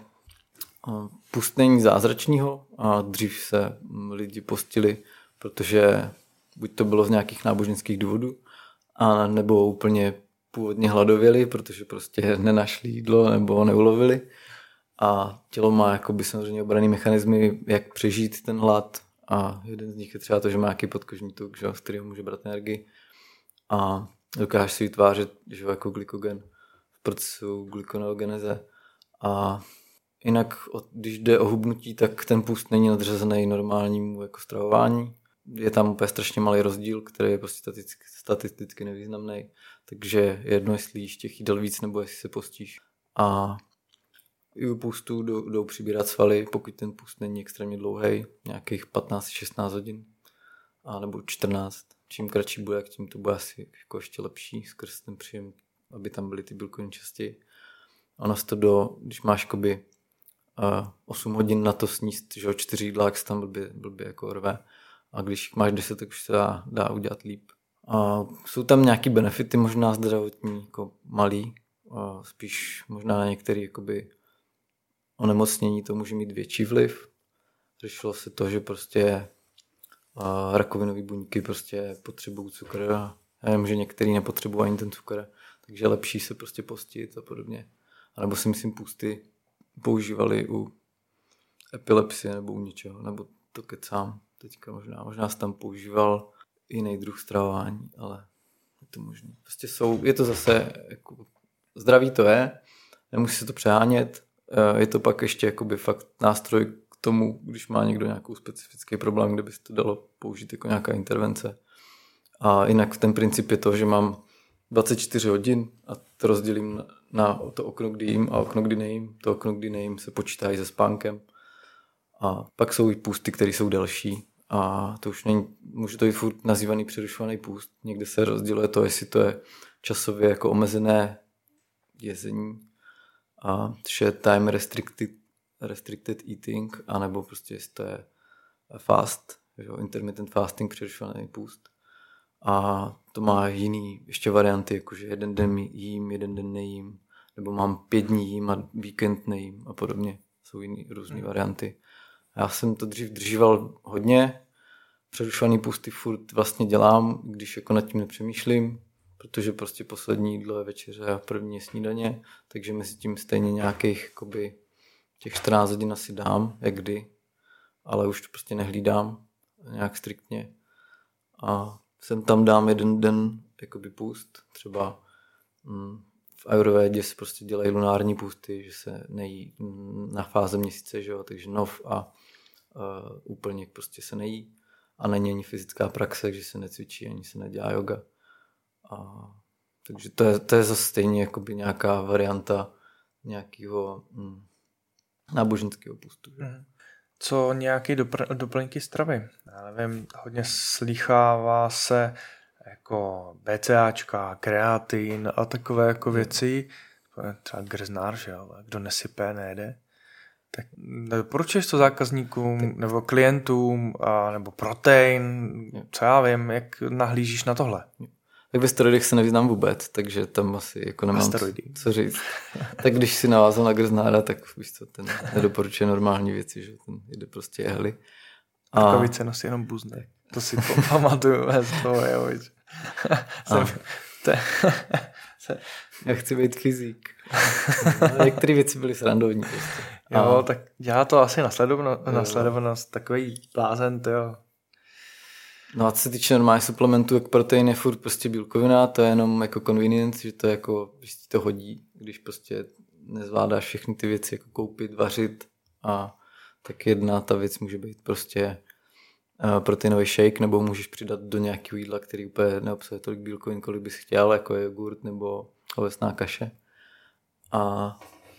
B: půst není zázračního a dřív se lidi postili, protože buď to bylo z nějakých náboženských důvodů, a nebo úplně původně hladověli, protože prostě nenašli jídlo nebo neulovili. A tělo má jakoby samozřejmě obranný mechanismy, jak přežít ten hlad. A jeden z nich je třeba to, že má nějaký podkožní tuk, že, z kterého může brát energii. A dokáže si vytvářet, že, jako glykogen v procesu glykoneogeneze. A jinak, když jde o hubnutí, tak ten půst není nadřazený normálnímu jako stravování. Je tam úplně strašně malý rozdíl, který je prostě statisticky, statisticky nevýznamný. Takže je jedno, jestli jíš těch jídel víc, nebo jestli se postíš. A i u půstu jdou, jdou přibírat svaly, pokud ten půst není extrémně dlouhý, nějakých patnáct až šestnáct hodin, a nebo čtrnáct. Čím kratší bude, tím to bude asi jako ještě lepší skrz ten příjem, aby tam byly ty bílkoviny častěji. Ono se to do, když máš jakoby, uh, osm hodin na to sníst, že čtyři jídla, jak se tam blbě, blbě jako rve. A když máš deset, tak už se dá, dá udělat líp. A jsou tam nějaký benefity, možná zdravotní, jako malý, a spíš možná na některý jakoby onemocnění to může mít větší vliv. Řešilo se to, že prostě uh, rakovinové buňky prostě potřebují cukr a já vím, že některý nepotřebují ani ten cukr, takže je lepší se prostě postit a podobně. A nebo si myslím půsty používali u epilepsie nebo u něčeho, nebo to kecám teďka možná. Možná jsem tam používal jiný druh stravování, ale je to možné. Prostě jsou, je to zase, jako, zdraví to je, nemusí se to přehánět, je to pak ještě jakoby fakt nástroj k tomu, když má někdo nějakou specifický problém, kde by se to dalo použít jako nějaká intervence. A jinak ten princip je to, že mám dvacet čtyři hodin a to rozdělím na to okno, kdy jím a okno, kdy nejím. To okno, kdy nejím, se počítá i se spánkem. A pak jsou i půsty, které jsou delší. A to už není, může to být furt nazývaný přerušovaný půst. Někde se rozděluje to, jestli to je časově jako omezené jezení, a to je time restricted, restricted eating, anebo prostě jestli to je fast, že, intermittent fasting, přerušovaný půst. A to má jiný ještě varianty, jakože jeden den jím, jeden den nejím, nebo mám pět dní jím a víkend nejím a podobně. Jsou jiný různé hmm. varianty. Já jsem to dřív držíval hodně, přerušovaný půsty furt vlastně dělám, když jako nad tím nepřemýšlím, protože prostě poslední jídlo je večeře a první je snídaně, takže mezi tím stejně nějakých jakoby, těch čtrnáct hodin asi dám, jak kdy, ale už to prostě nehlídám nějak striktně. A sem tam dám jeden den jakoby půst, třeba mm, v ayurvédě se prostě dělají lunární půsty, že se nejí na fáze měsíce, že jo? Takže nov a uh, úplněk prostě se nejí a není ani fyzická praxe, že se necvičí, ani se nedělá yoga. A, takže to je, to je zase stejně jakoby nějaká varianta nějakého mm, náboženského půstu. Že?
A: Co nějaké dopr- doplňky stravy? Já nevím, hodně slýchává se jako BCAčka, kreatin a takové jako věci, třeba grznář, že jo, kdo nesype, nejede. Tak doporučuješ to zákazníkům tak. nebo klientům, a, nebo protein, co já vím, jak nahlížíš na tohle?
B: Tak ve steroidech se nevyznám vůbec, takže tam asi jako nemám co říct. Tak když si navázal na grznára, tak víš co, ten nedoporučuje normální věci, že ten jde prostě jehly.
A: A rukavice nosí jenom buzny. To si pamatuju z toho, jo.
B: Já chci být fyzik. Některé věci byly srandovní. Prostě.
A: Jo, a... tak dělá to asi nasledovanost, nasledovanost takový blázen, jo.
B: No a co se týče normálních suplementů, jak protein je furt prostě bílkovina, to je jenom jako convenience, že to je jako, když ti to hodí, když prostě nezvládáš všechny ty věci jako koupit, vařit a tak jedna ta věc může být prostě uh, proteinový shake, nebo můžeš přidat do nějakého jídla, který úplně neobsahuje tolik bílkovin, kolik bys chtěl, jako je jogurt nebo ovesná kaše. A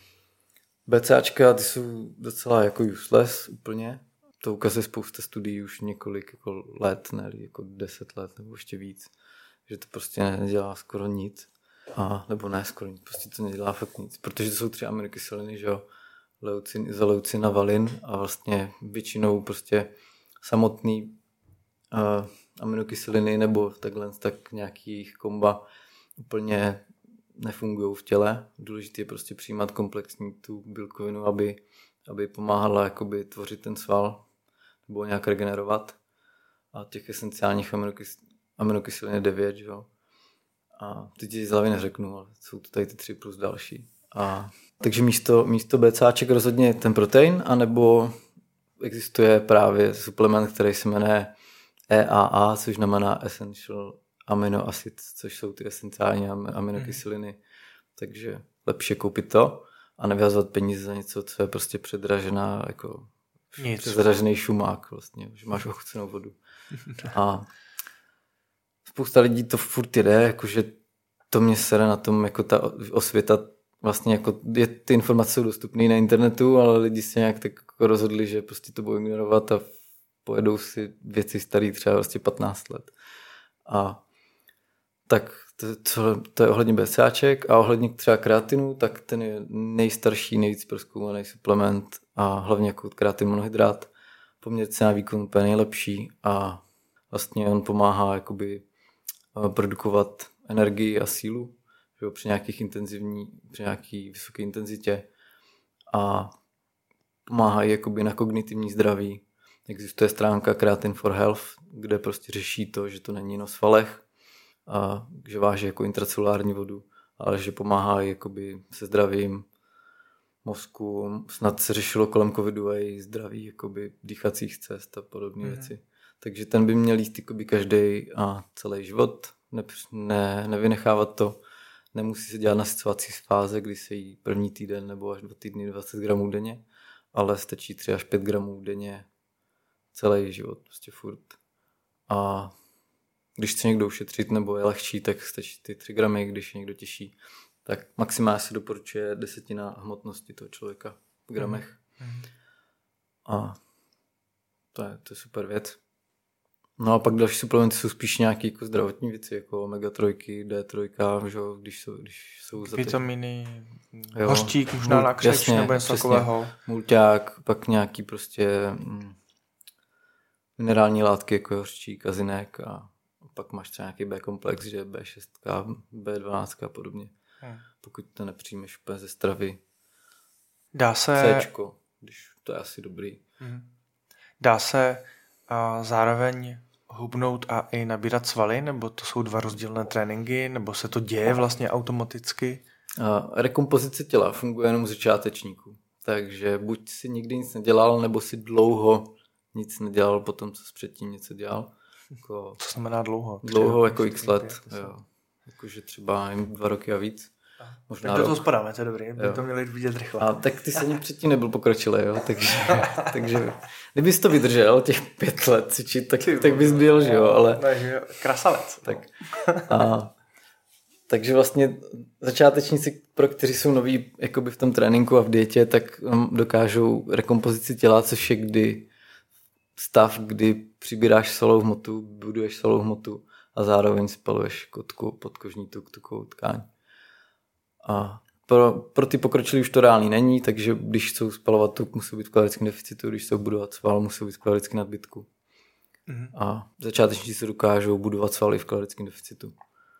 B: BCAčka, ty jsou docela jako useless úplně. To ukazuje spousta studií už několik jako let, ne, jako deset let nebo ještě víc, že to prostě nedělá skoro nic. A, nebo ne skoro nic, prostě to nedělá fakt nic, protože to jsou tři aminokyseliny, že jo, leucin, izoleucin a valin a vlastně většinou prostě samotný uh, aminokyseliny nebo takhle tak nějaký jejich komba úplně nefungují v těle. Důležité je prostě přijímat komplexní tu bílkovinu, aby, aby pomáhala jakoby tvořit ten sval nebo nějak regenerovat. A těch esenciálních aminokys, aminokyselin je devět, že jo. A teď ti z hlavy neřeknu, ale jsou to tady ty tři plus další. A, takže místo, místo BCAček rozhodně ten protein, anebo existuje právě suplement, který se jmenuje E A A, což znamená Essential Amino Acids, což jsou ty esenciální aminokyseliny. Mm. Takže lepší koupit to a nevyhazovat peníze za něco, co je prostě předražená, jako předražený šumák vlastně, že máš ochucenou vodu. A spousta lidí to furt jede, jakože to mě sere na tom, jako ta osvěta, vlastně jako je, ty informace jsou dostupné na internetu, ale lidi se nějak tak jako rozhodli, že prostě to budou ignorovat a pojedou si věci starý třeba vlastně patnáct let. A tak to, to, to je ohledně BCAček a ohledně třeba kreatinu, tak ten je nejstarší, nejvíc prozkoumaný suplement a hlavně jako kreatin monohydrát, poměr cena výkon úplně nejlepší a vlastně on pomáhá jakoby produkovat energii a sílu, že při nějakých intenzivní, při nějaký vysoké intenzitě a pomáhá jakoby na kognitivní zdraví. Existuje stránka Creatine for Health, kde prostě řeší to, že to není na svalech, a že váží jako intracelulární vodu, ale že pomáhá jakoby se zdravím mozku. Snad se řešilo kolem covidu i zdraví jakoby dýchacích cest a podobné mm. věci. Takže ten by měl jíst jakoby každý a celý život, ne, ne, nevynechávat to. Nemusí se dělat nasycovací fáze, kdy se jí první týden nebo až dva týdny dvacet gramů denně, ale stačí tři až pět gramů denně celý život, prostě furt. A když chce někdo ušetřit nebo je lehčí, tak stačí ty tři gramy, když je někdo těžší. Tak maximálně se doporučuje desetina hmotnosti toho člověka v gramech. Mm. A to je, to je super věc. No a pak další suplementy jsou spíš nějaké jako zdravotní věci, jako omega tři, D tři, že, když jsou, když jsou
A: vitaminy, jo, hořčík, možná na křeč nebo něco takového.
B: Mulťák, pak nějaký prostě mm, minerální látky, jako hořčík a zinek a pak máš třeba nějaký B-komplex, že B šest, B dvanáct a podobně. Hmm. Pokud to nepřijmeš úplně ze stravy.
A: Dá se...
B: Cčko, když to je asi dobrý.
A: Hmm. Dá se a zároveň hubnout a i nabírat svaly, nebo to jsou dva rozdílné tréninky, nebo se to děje vlastně automaticky?
B: A rekompozice těla funguje jenom u začátečníků. Takže buď si nikdy nic nedělal, nebo si dlouho nic nedělal, potom co jsi předtím něco dělal. Jako,
A: co znamená dlouho?
B: Dlouho jako x let. Jo. Jakože třeba jim dva roky a víc.
A: Možná tak to spadáme, to je dobrý, by to měli vidět rychle.
B: A tak ty se ani předtím nebyl pokročilý, jo, takže, takže kdybys to vydržel těch pět let cvičit, tak, tak bys byl, že jo, ale...
A: Krasavec.
B: Tak. A, takže vlastně začátečníci, pro kteří jsou noví jakoby v tom tréninku a v dietě, tak dokážou rekompozici těla, což je kdy stav, kdy přibíráš svalovou hmotu, buduješ svalovou hmotu a zároveň spaluješ kotku, podkožní tuk, tukovou tkáň. A pro, pro ty pokročilí už to reálný není, takže když chcou spalovat tuk, musí být v kalorickém deficitu, když chcou budovat sval, musí být v kalorickém nadbytku. Mm-hmm. A začátečníci se dokážou budovat svaly v kalorickém deficitu.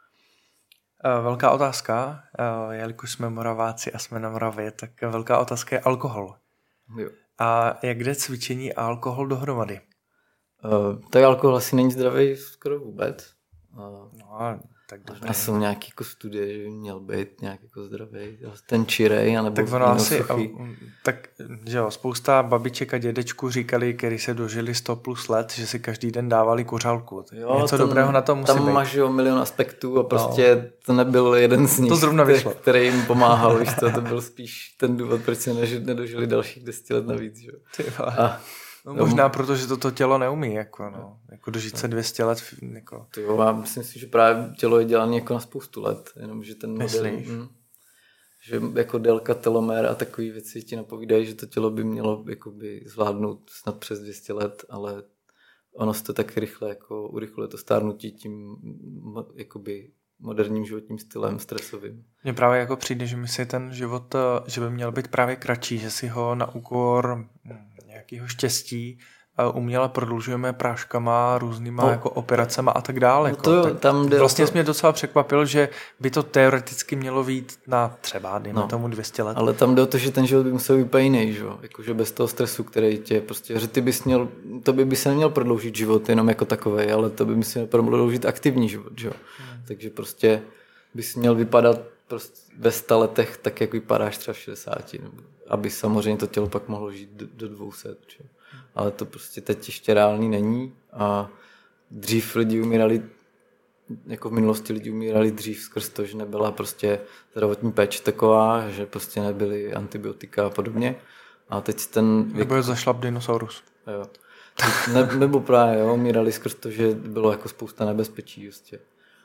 A: Velká otázka, jelikož jsme Moraváci a jsme na Moravě, tak velká otázka je alkohol.
B: Jo.
A: A jak jde cvičení a alkohol dohromady?
B: Uh, tak alkohol asi není zdravý skoro vůbec. Uh,
A: no, tak dobře.
B: A jsou nějaké jako studie, že by měl být nějak jako zdravý. Ten čirej, anebo
A: tak ono asi, tak, že jo, spousta babiček a dědečků říkali, který se dožili sto plus let, že si každý den dávali kuřálku. Jo, něco ten, dobrého na tom musí
B: tam
A: být.
B: Tam máš jo, milion aspektů a prostě no. To nebyl jeden z nich,
A: to zrovna vyšlo.
B: Který jim pomáhal. Víš to, to byl spíš ten důvod, proč se nedožili dalších deset let navíc. Že? A,
A: no, možná proto, že toto tělo neumí, jako, no. jako dožít se dvě stě let. Jako.
B: To jo, já myslím si, že právě tělo je dělané jako na spoustu let, jenomže ten model, hm, že jako délka telomér a takové věci ti napovídají, že to tělo by mělo jakoby zvládnout snad přes dvě stě let, ale ono se to tak rychle jako urychluje to stárnutí tím jakoby moderním životním stylem stresovým.
A: Mně právě jako přijde, že mi si ten život, že by měl být právě kratší, že si ho na úkor nějakého štěstí uměle prodlužujeme práškama, různýma no. jako operacema a tak dále.
B: No to,
A: jako. tak
B: tam
A: vlastně
B: to...
A: jsi mě docela překvapil, že by to teoreticky mělo být na třeba, dejme no. tomu dvě stě let.
B: Ale tam jde o to, že ten život by musel být úplně jiný, že? Jakože bez toho stresu, který tě prostě, že ty bys měl, to by by se neměl prodloužit život jenom jako takovej, ale to by si měl prodloužit aktivní život, že? Hmm. Takže prostě bys měl vypadat prostě ve sta letech tak, jak vypadáš třeba v šedesáti, aby samozřejmě to tělo pak mohlo žít do, do dvou set, že? Ale to prostě teď ještě reálný není a dřív lidi umírali, jako v minulosti lidi umírali dřív skrz to, že nebyla prostě zdravotní péče taková, že prostě nebyly antibiotika a podobně. A teď ten... Věk...
A: Nebo je zašlap dinosaurus.
B: Jo. Ne, nebo právě, jo, umírali skrz to, že bylo jako spousta nebezpečí prostě.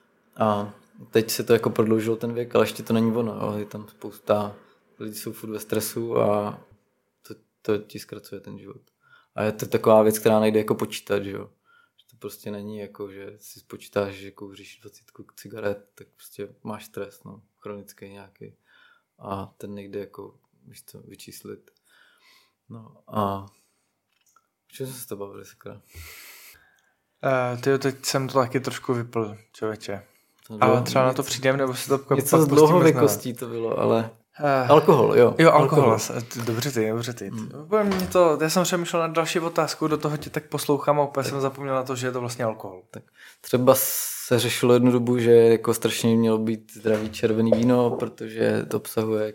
B: A teď se to jako prodloužilo ten věk, ale ještě to není ono, jo. Je tam spousta, lidi jsou furt ve stresu a to, to ti zkracuje ten život. A je to taková věc, která nejde jako počítat, že jo. Že to prostě není jako, že si spočítáš, že kouříš dvacítku cigaret, tak prostě máš stres, no, chronický nějaký. A ten nejde jako, víš to, vyčíslit. No a o čem jsme se to bavili, sakra?
A: Uh, tyjo, teď jsem to taky trošku vypl, člověče. Ale třeba na to přijdem, nebo se to
B: něco z dlouhověkostí to bylo, ale... Uh, alkohol, jo.
A: Jo, alkohol. alkohol. Dobře ty, dobře ty. Hmm. Mě to, já jsem přemýšlel na další otázku, do toho tě tak poslouchám a úplně tak. jsem zapomněl na to, že je to vlastně alkohol. Tak.
B: Třeba se řešilo jednu dobu, že jako strašně mělo být zdravý červený víno, protože to obsahuje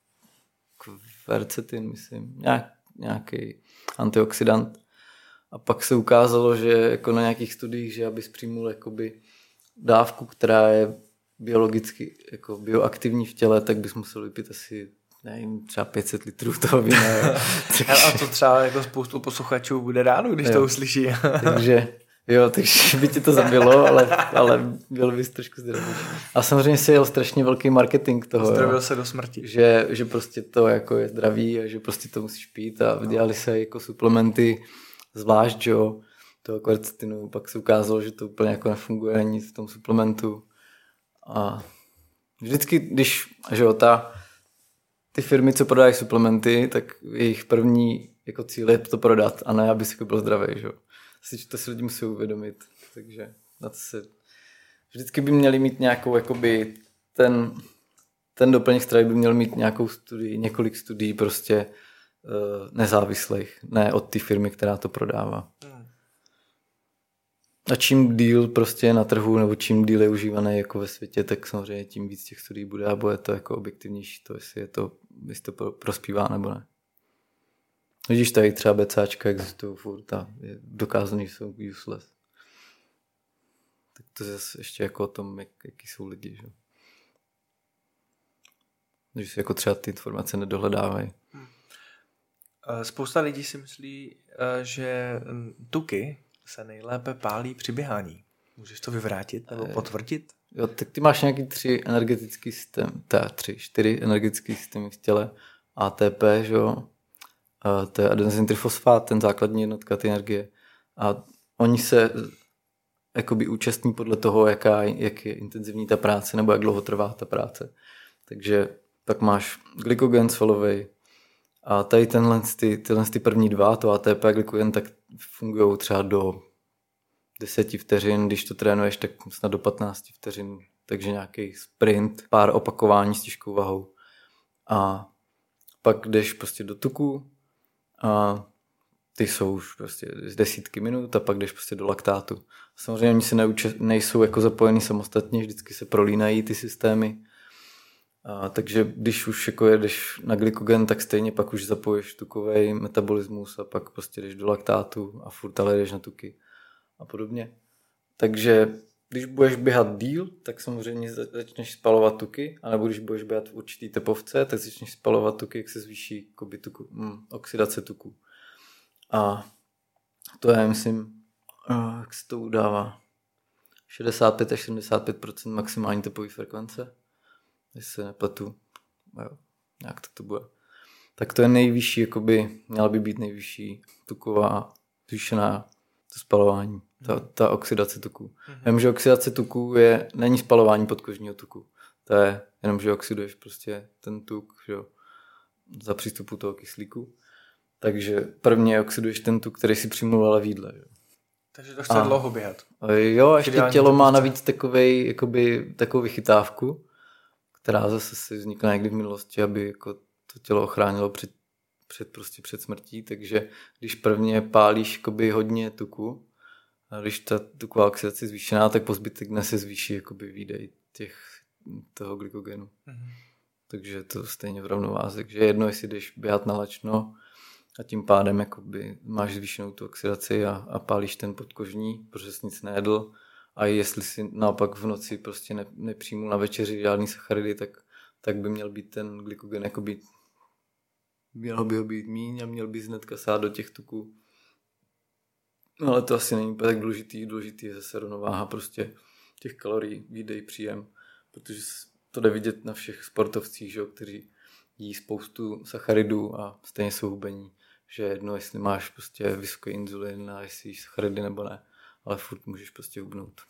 B: kvercetin, myslím, nějak, nějaký antioxidant. A pak se ukázalo, že jako na nějakých studiích, že abys přijmul jakoby dávku, která je biologicky jako bioaktivní v těle, tak bys musel vypít asi, nevím, třeba pět set litrů toho vína.
A: A to třeba jako spoustu posluchačů bude ráno, když jo. to uslyší.
B: takže, jo, takže by ti to zabilo, ale, ale byl bys trošku zdravý. A samozřejmě se jel strašně velký marketing toho.
A: Zdravil se do smrti.
B: Že, že prostě to jako je zdravý a že prostě to musíš pít a dělali se jako suplementy, zvlášť, jo, toho kvercetinu. Pak se ukázalo, že to úplně jako nefunguje ani v tom suplementu. A vždycky, když, že jo, ta, ty firmy, co prodají suplementy, tak jejich první jako cíl je to prodat a ne, aby si byl zdravý, že jo. To si lidi musí uvědomit, takže na to se, vždycky by měli mít nějakou, jakoby, ten, ten doplněk stravy by měl mít nějakou studii, několik studií prostě uh, nezávislých, ne od té firmy, která to prodává. A čím díl prostě je na trhu, nebo čím díl je užívaný jako ve světě, tak samozřejmě tím víc těch studií bude a bude to jako objektivnější, to, jestli, je to, jestli to prospívá nebo ne. Vidíš, tady třeba BCAčka existují furt a je dokázaný, že jsou useless. Tak to je zase ještě jako o tom, jak, jaký jsou lidi, že? Že si jako třeba ty informace nedohledávají.
A: Spousta lidí si myslí, že tuky se nejlépe pálí při běhání. Můžeš to vyvrátit nebo potvrdit?
B: Jo, tak ty máš nějaký tři energetický systém, teda tři, čtyři energetický systémy v těle. A T P, že jo, to je adenosin trifosfát, ten základní jednotka ty energie. A oni se jakoby účastní podle toho, jaká, jak je intenzivní ta práce nebo jak dlouho trvá ta práce. Takže pak máš glykogen svalový a tady tenhle, ty, tyhle ty první dva, to A T P a glykogen, tak fungují třeba do deseti vteřin, když to trénuješ, tak snad do patnácti vteřin, takže nějaký sprint, pár opakování s těžkou vahou. A pak jdeš prostě do tuku a ty jsou už prostě z desítky minut a pak jdeš prostě do laktátu. Samozřejmě oni se neuče, nejsou jako zapojený samostatně, vždycky se prolínají ty systémy. A takže když už jako jedeš na glykogen, tak stejně pak už zapojíš tukový metabolismus a pak prostě jdeš do laktátu a furt ale jdeš na tuky a podobně. Takže když budeš běhat díl, tak samozřejmě začneš spalovat tuky, anebo když budeš běhat v určitý tepovce, tak začneš spalovat tuky, jak se zvýší tuku, hm, oxidace tuku. A to je, myslím, jak se to udává, šedesát pět až sedmdesát pět procent maximální tepové frekvence, jestli se nepletu, jo, nějak tak to bude. Tak to je nejvyšší, jakoby, měla by být nejvyšší tuková zvýšená to spalování, ta, ta oxidace tuku. Mm-hmm. Vím, že oxidace tuku je, není spalování podkožního tuku, to je jenom, že oxiduješ prostě ten tuk, že jo, za přístupu toho kyslíku. Takže prvně oxiduješ ten tuk, který si přimluvala v jídle. Jo.
A: Takže to chce a, dlouho běhat.
B: Jo, a ještě tělo má navíc takovej, jakoby, takovou vychytávku, která zase si vznikla někdy v minulosti, aby jako to tělo ochránilo před, před, prostě před smrtí. Takže když prvně pálíš jakoby, hodně tuku, a když ta tuková oxidace je zvýšená, tak po zbytek dne se zvýší jakoby, výdej těch, toho glykogenu. Mm-hmm. Takže to stejně v rovnováze. Takže jedno, jestli jdeš běhat na lačno, a tím pádem jakoby máš zvýšenou tu oxidaci a, a pálíš ten podkožní, protože jsi nic nejedl. A jestli si naopak v noci prostě ne, nepřijmul na večeři žádný sacharidy, tak, tak by měl být ten glykogen jakoby, měl by ho být míň a měl by hnedka sát do těch tuků. No, ale to asi není tak důležitý, důležitý je zase rovnováha prostě těch kalorií, výdej, příjem, protože to jde vidět na všech sportovcích, že, kteří jí spoustu sacharidů a stejně jsou hubení. Že jedno, jestli máš prostě vysoký inzulin a jestli jíš sacharidy nebo ne, ale furt můžeš prostě hubnout.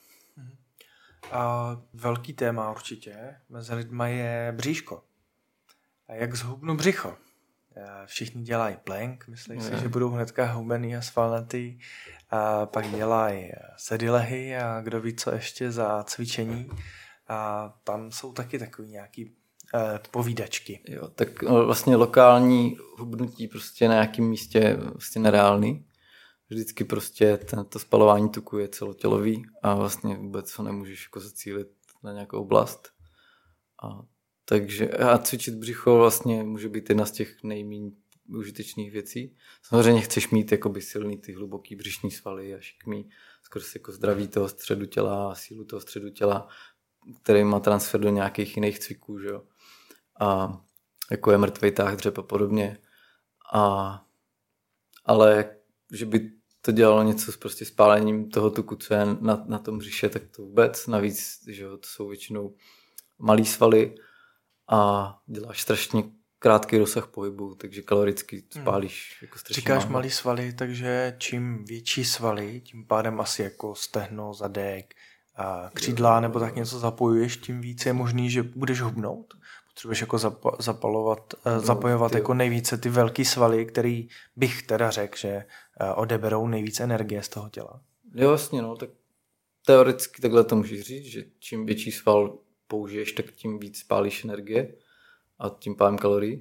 A: A velký téma určitě mezi lidma je bříško. A jak zhubnu břicho? Všichni dělají plank, myslí si, že budou hnedka hubený a svalnatý. A pak dělají sedilehy a kdo ví, co ještě za cvičení. A tam jsou taky takový nějaký povídačky.
B: Jo, tak vlastně lokální hubnutí prostě na nějakém místě je vlastně nereálný. Vždycky prostě ten, to spalování tuku je celotělový a vlastně vůbec ho nemůžeš jako zacílit na nějakou oblast. A, takže, a cvičit břicho vlastně může být jedna z těch nejméně užitečných věcí. Samozřejmě chceš mít jakoby silný ty hluboký břišní svaly a šikmý skrz jako zdraví toho středu těla a sílu toho středu těla, který má transfer do nějakých jiných cviků, že jo. A jako je mrtvej táh, dřep a podobně. A, ale že by to dělalo něco s prostě spálením toho tuku, co je na, na tom břiše, tak to vůbec. Navíc, že jo, to jsou většinou malý svaly a děláš strašně krátký rozsah pohybu, takže kaloricky spálíš hmm. jako strašně
A: Říkáš
B: málo.
A: malý svaly, takže čím větší svaly, tím pádem asi jako stehno, zadek, a křídla nebo tak něco zapojuješ, tím víc je možný, že budeš hubnout. Potřebuješ jako zap- zapalovat, no, zapojovat jako nejvíce ty velký svaly, který bych teda řekl, že odeberou nejvíc energie z toho těla.
B: Jo, vlastně, no, tak teoreticky takhle to můžeš říct, že čím větší sval použiješ, tak tím víc spálíš energie a tím pádem kalorií.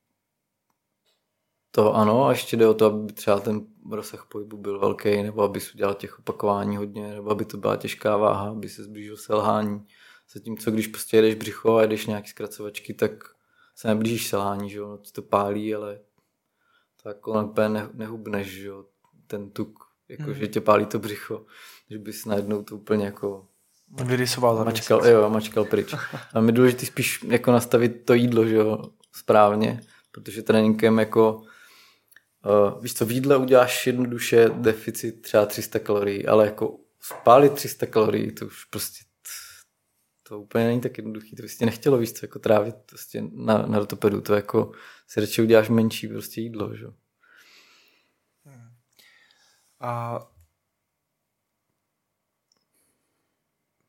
B: To ano, a ještě jde o to, aby třeba ten rozsah pohybu byl velký, nebo aby jsi udělal těch opakování hodně, nebo aby to byla těžká váha, aby se zblížil selhání. Zatímco když prostě jedeš břicho a jedeš nějaký zkracovačky, tak se neblížíš selhání, že jo, no, to pálí, ale to jako úplně nehubneš, že jo, ten tuk, jako hmm. že tě pálí to břicho, že bys najednou to úplně jako
A: vyrysoval
B: mačkal, jo, mačkal pryč. A mi důležitý spíš jako nastavit to jídlo, že jo, správně, protože tréninkem jako Uh, víš co, v jídle uděláš jednoduše deficit třeba tři sta kalorií, ale jako spálit tři sta kalorií, to už prostě to úplně není tak jednoduchý, to bys tě nechtělo, víš co, jako trávit prostě na, na ortopedu, to jako si radši uděláš menší prostě jídlo, že?
A: Hmm. A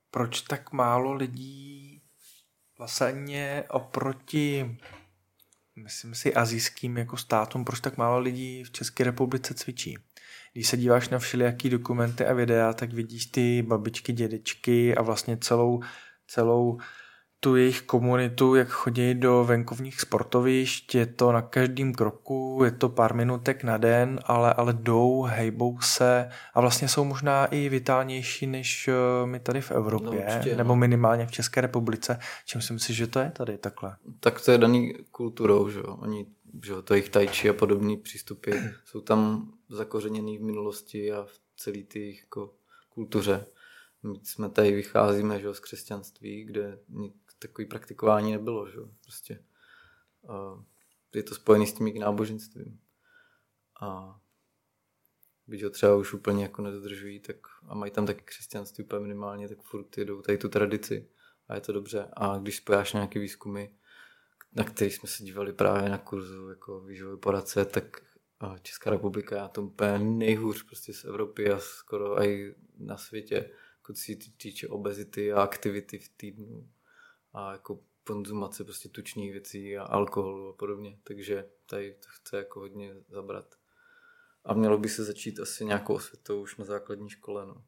A: proč tak málo lidí vlastně oproti, myslím si, asijským jako státům, proč tak málo lidí v České republice cvičí? Když se díváš na všelijaký dokumenty a videa, tak vidíš ty babičky, dědečky a vlastně celou, celou tu jejich komunitu, jak chodí do venkovních sportovišť, je to na každém kroku, je to pár minutek na den, ale, ale jdou, hejbou se a vlastně jsou možná i vitálnější než my tady v Evropě, no, určitě, nebo minimálně v České republice. Čím si myslíš, že to je tady takhle?
B: Tak to je daný kulturou, že jo. Oni, že jo, to jejich tai chi a podobný přístupy jsou tam zakořeněný v minulosti a v celé té jejich jako kultuře. My jsme tady vycházíme, že jo, z křesťanství, kde takový praktikování nebylo, že jo, prostě. A je to spojený s tím náboženstvím. A když ho třeba už úplně jako nedodržují, tak a mají tam taky křesťanství úplně minimálně, tak furt jedou tady tu tradici a je to dobře. A když spojáš nějaké výzkumy, na který jsme se dívali právě na kurzu jako výživový poradce, tak Česká republika je to úplně nejhůř prostě z Evropy a skoro i na světě, jako si týče obezity a aktivity v týdnu a jako konzumace prostě tučných věcí a alkoholu a podobně. Takže tady to chce jako hodně zabrat. A mělo by se začít asi nějakou osvětou už na základní škole. No.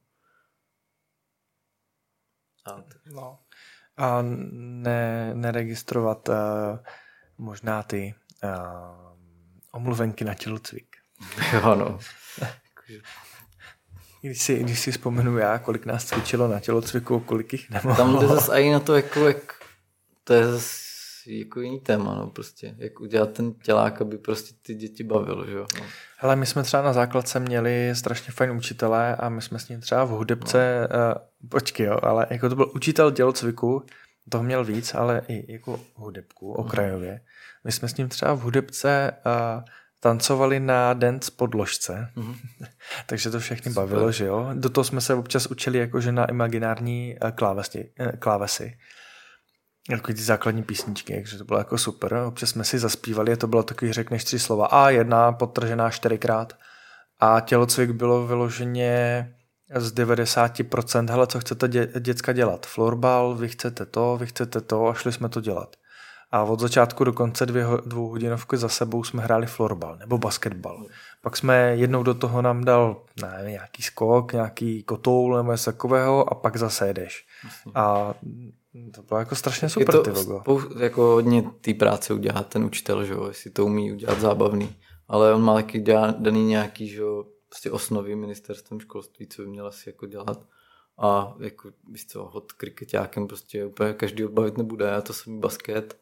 A: A, no. a ne, neregistrovat uh, možná ty uh, omluvenky na tělocvik.
B: Jo, no.
A: Když si, když si vzpomenu já, kolik nás cvičilo na tělocviku, kolik jich nemohlo.
B: Tam jde zase i na to, jako, jak, to je zase jako jiný téma, no, prostě, jak udělat ten tělák, aby prostě ty děti bavil, že jo. No.
A: Hele, my jsme třeba na základce měli strašně fajn učitele a my jsme s ním třeba v hudebce, no. uh, počkej jo, ale jako to byl učitel tělocviku, toho měl víc, ale i jako hudebku, okrajově. My jsme s ním třeba v hudebce uh, tancovali na dance podložce, mm-hmm. takže to všechny Super. Bavilo, že jo. Do toho jsme se občas učili jakože na imaginární klávesy, klávesy. Jako ty základní písničky, takže to bylo jako super. Občas jsme si zaspívali a to bylo takový, řekneš tři slova a jedna podtržená čtyřikrát. A tělocvik bylo vyloženě z devadesát procent, hele, co chcete dě, děcka dělat? Florbal, vy chcete to, vy chcete to a šli jsme to dělat. A od začátku do konce dvě, dvou hodinovky za sebou jsme hráli florbal nebo basketbal. Pak jsme jednou do toho nám dal ne, nějaký skok, nějaký kotoul nebo něco takového a pak zase jedeš. A to bylo jako strašně super. Je to
B: spou- jako hodně té práce udělá ten učitel, že jo, jestli to umí udělat zábavný. Ale on má taky dělá, daný nějaký, že jo, prostě osnovy ministerstvem školství, co by měl asi jako dělat. A jako, víš co, hod krikeťákem prostě úplně každý bavit nebude. A to samý basket.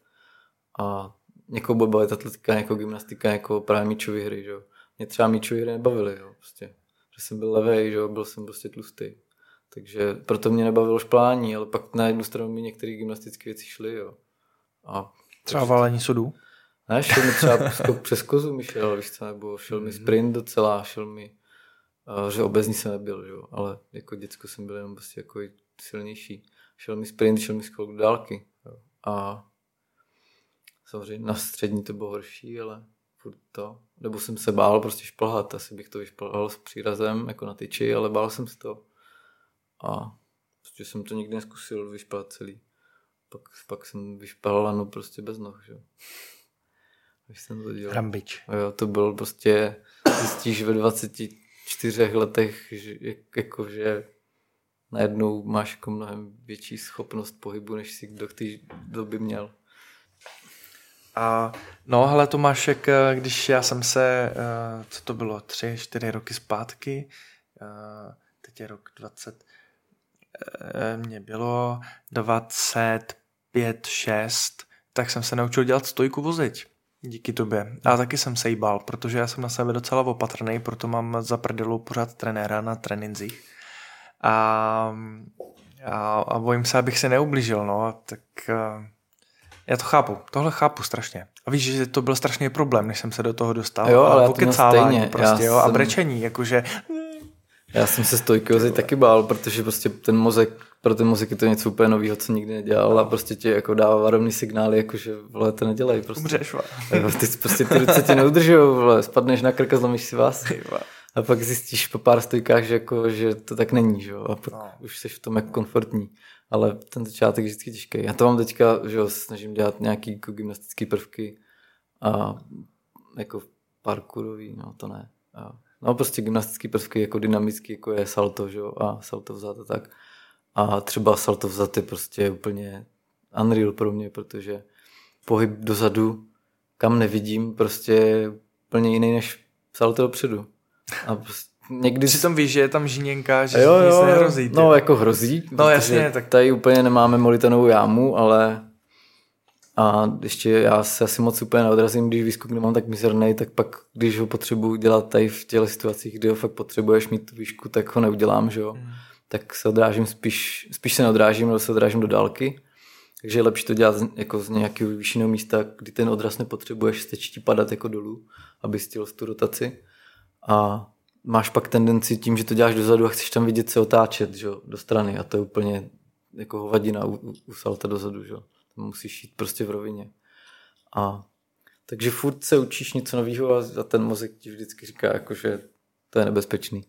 B: A někoho bude bavit atletika, někoho gymnastika, někoho právě míčové hry, že jo. Mě třeba míčové hry nebavily, jo, prostě. Že jsem byl levej, že jo, byl jsem prostě tlustý. Takže proto mě nebavilo šplhání, ale pak na jednu stranu mi některé gymnastické věci šly, jo. A
A: třeba válení sudů?
B: Ne, šel mi třeba skok přes kozu mi šel, víš co, nebo šel mi sprint docela, šel mi, uh, že obezní jsem nebyl, že jo, ale jako děcko jsem byl jenom prostě jako silnější. Šel mi sprint, šel mi skok do dálky, jo. A samozřejmě na střední to bylo horší, ale furt to, nebo jsem se bál prostě šplhat, asi bych to vyšplhal s přírazem, jako na tyči, ale bál jsem se to. A prostě jsem to nikdy neskusil vyšplhat celý. Pak, pak jsem vyšplhal lano prostě bez noh, že jo. Když jsem to dělal.
A: Rambič.
B: Jo, to bylo prostě, zjistíš ve dvaceti čtyřech letech, že, jako, že najednou máš jako mnohem větší schopnost pohybu, než si kdo v té době měl.
A: A no, hele Tomášek, když já jsem se, co to bylo, tři, čtyři roky zpátky, teď je rok dvacet, mě bylo dvacet pět šest, tak jsem se naučil dělat stojku voziť. Díky tobě. A taky jsem se jí bál, protože já jsem na sebe docela opatrný, proto mám za prdelu pořád trenéra na tréninzích. A, a, a bojím se, abych se neublížil, no, tak já to chápu, tohle chápu strašně. A víš, že to byl strašný problém, než jsem se do toho dostal.
B: Jo, ale
A: a pokecávání prostě, jo,
B: jsem...
A: a brečení, jakože...
B: Já jsem se stojky vozit taky bál, protože prostě ten mozek, pro ten mozek je to něco úplně nového, co nikdy nedělal a prostě ti jako dává varovný signály, jakože vole, to nedělej prostě.
A: Umřeš,
B: ty, prostě ty ruce ti neudržujou, vole, spadneš na krk a zlomíš si vás. A pak zjistíš po pár stojkách, že, jako, že to tak není, že jo? A pak
A: No.
B: už jsi v tom jako komfortní. Ale ten začátek je vždycky těžký. Já to mám teďka, že jo, snažím dělat nějaký jako gymnastické prvky a jako parkourový, no to ne. A, no prostě gymnastické prvky jako dynamický, jako je salto, že jo, a salto vzad a tak. A třeba salto vzad je prostě úplně unreal pro mě, protože pohyb dozadu, kam nevidím, prostě je úplně jiný než salto dopředu. A prostě někdy...
A: Přitom víš, že je tam žíněnka, že
B: jo,
A: nic
B: jo,
A: nehrozí. Ty.
B: No jako hrozí.
A: No jasně. Tak...
B: Tady úplně nemáme molitanovou jámu, ale a ještě já se asi moc úplně neodrazím, když výskok nemám tak mizernej, tak pak, když ho potřebuji dělat tady v těchto situacích, kdy ho fakt potřebuješ mít tu výšku, tak ho neudělám, že jo. Mm. Tak se odrážím spíš, spíš se neodrážím, nebo se odrážím do dálky. Takže je lepší to dělat jako z nějakého vyššího místa, kdy ten odraz nepotřebuješ, stačí ti padat jako dolů, aby stěl tu rotaci. A máš pak tendenci tím, že to děláš dozadu a chceš tam vidět se otáčet, že jo, do strany. A to je úplně jako hovadina u, u, u salta dozadu, že jo. Tam musíš jít prostě v rovině. A takže furt se učíš něco nového a ten mozek ti vždycky říká, jako, že to je nebezpečný.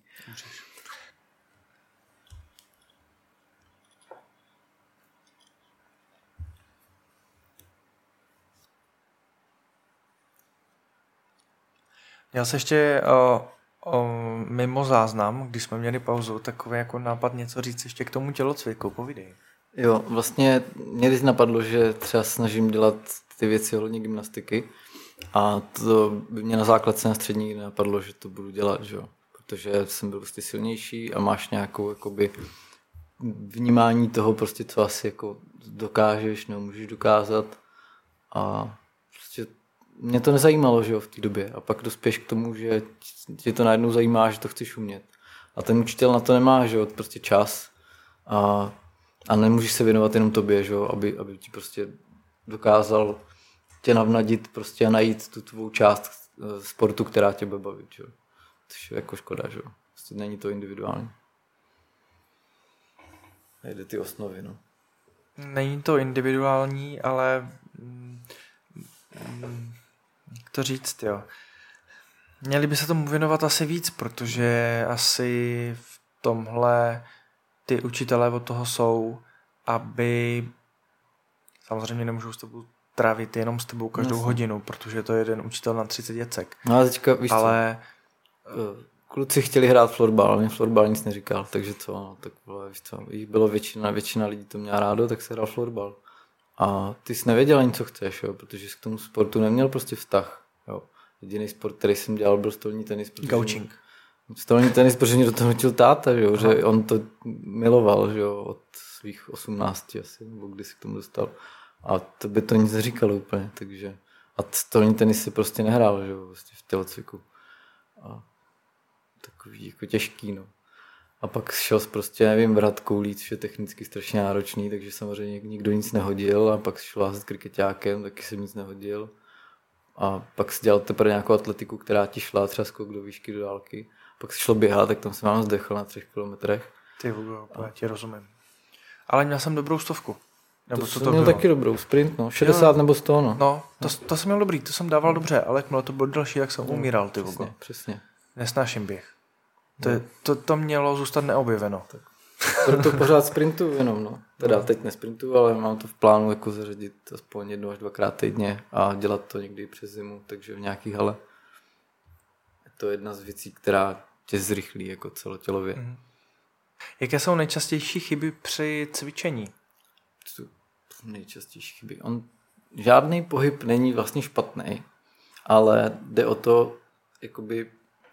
A: Měl se ještě o, o, mimo záznam, když jsme měli pauzu, takový jako nápad něco říct ještě k tomu tělocviku, povídej.
B: Jo, vlastně mě teď napadlo, že třeba snažím dělat ty věci ohledně gymnastiky a to by mě na základce na střední nikdy napadlo, že to budu dělat, že jo? Protože jsem byl prostě silnější a máš nějakou jakoby vnímání toho prostě, co asi jako dokážeš nebo můžeš dokázat a prostě mě to nezajímalo, že jo, v té době a pak dospěš k tomu, že tě to najednou zajímá, že to chceš umět a ten učitel na to nemá, že jo, prostě čas a A nemůžeš se věnovat jenom tobě, že? Aby, aby ti prostě dokázal tě navnadit prostě a najít tu tvou část sportu, která tě bude bavit. Že? Což je jako škoda, že? Prostě není to individuální. Nejde ty osnovy, no.
A: Není to individuální, ale jak to říct, jo. Měli by se tomu věnovat asi víc, protože asi v tomhle ty učitelé od toho jsou, aby samozřejmě nemůžou s tebou trávit jenom s tebou každou Jasně. hodinu, protože to je jeden učitel na třicet děcek.
B: No a teďka, víš
A: ale
B: co, kluci chtěli hrát florbal, mě florbal nic neříkal, takže co, no, tak bylo, víš co, jich bylo většina, většina lidí to měla rádo, tak se hrál florbal. A ty jsi nevěděl ani, co chceš, jo, protože jsi k tomu sportu neměl prostě vztah. Jo. Jediný sport, který jsem dělal, byl stolní tenis.
A: Gaučing.
B: Stolní tenis, protože mě do toho nutil táta, že, jo, že on to miloval, že jo, od svých osmnácti asi, nebo kdy se k tomu dostal. A to by to nic neříkalo úplně, takže a stolní tenis si prostě nehrál, že jo, vlastně v tělocviku. A takový jako těžký, no. A pak šel prostě, nevím, vrhat koulí, což je technicky strašně náročný, takže samozřejmě nikdo nic nehodil a pak šel lázet krikeťákem, taky jsem nic nehodil. A pak si dělal teprve nějakou atletiku, která ti šla, třeba skok do výšky, do dálky. Pak si šlo běhat, tak tam jsem vám zdechl na třech kilometrech.
A: Ty vůbec, já ti rozumím. Ale měl jsem dobrou stovku.
B: Nebo to co to měl bylo? Taky dobrou, sprint, no. šedesát jo, nebo sto, no.
A: No, to, to jsem měl dobrý, to jsem dával dobře, ale jakmile to bylo další, jak jsem no, umíral, ty
B: přesně,
A: vogo.
B: Přesně.
A: Nesnáším běh. To, no. to, to mělo zůstat neobjeveno.
B: Tak. Proto pořád sprintu jenom, no. Teda no. teď nesprintu, ale mám to v plánu jako zařadit aspoň jednou až dvakrát týdně a dělat to někdy přes zimu, takže v nějaký hale. Je to jedna z věcí, která tě zrychlí jako celotělově. Mm.
A: Jaké jsou nejčastější chyby při cvičení?
B: Co nejčastější chyby? On, žádný pohyb není vlastně špatný, ale jde o to, jakoby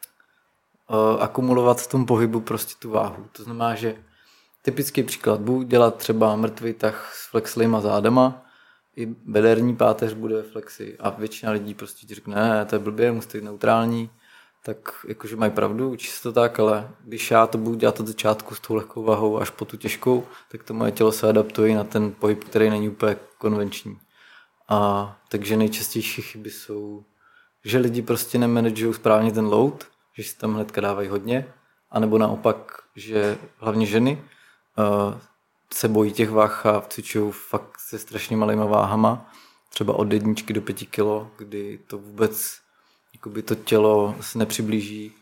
B: uh, akumulovat v tom pohybu prostě tu váhu. To znamená, že typický příklad, budu dělat třeba mrtvý tah s flexlejma zádama, i bederní páteř bude ve flexi a většina lidí prostě ti řekne, ne, to je blbě, musíte být neutrální, tak jakože mají pravdu, učí se to tak, ale když já to budu dělat od začátku s tou lehkou váhou až po tu těžkou, tak to moje tělo se adaptuje na ten pohyb, který není úplně konvenční. A takže nejčastější chyby jsou, že lidi prostě nemanagujou správně ten load, že si tam hnedka dávají hodně, anebo naopak, že hlavně ženy uh, se bojí těch váh a cvičují fakt se strašně malýma váhama, třeba od jedničky do pěti kilo, kdy to vůbec jakoby to tělo se nepřiblíží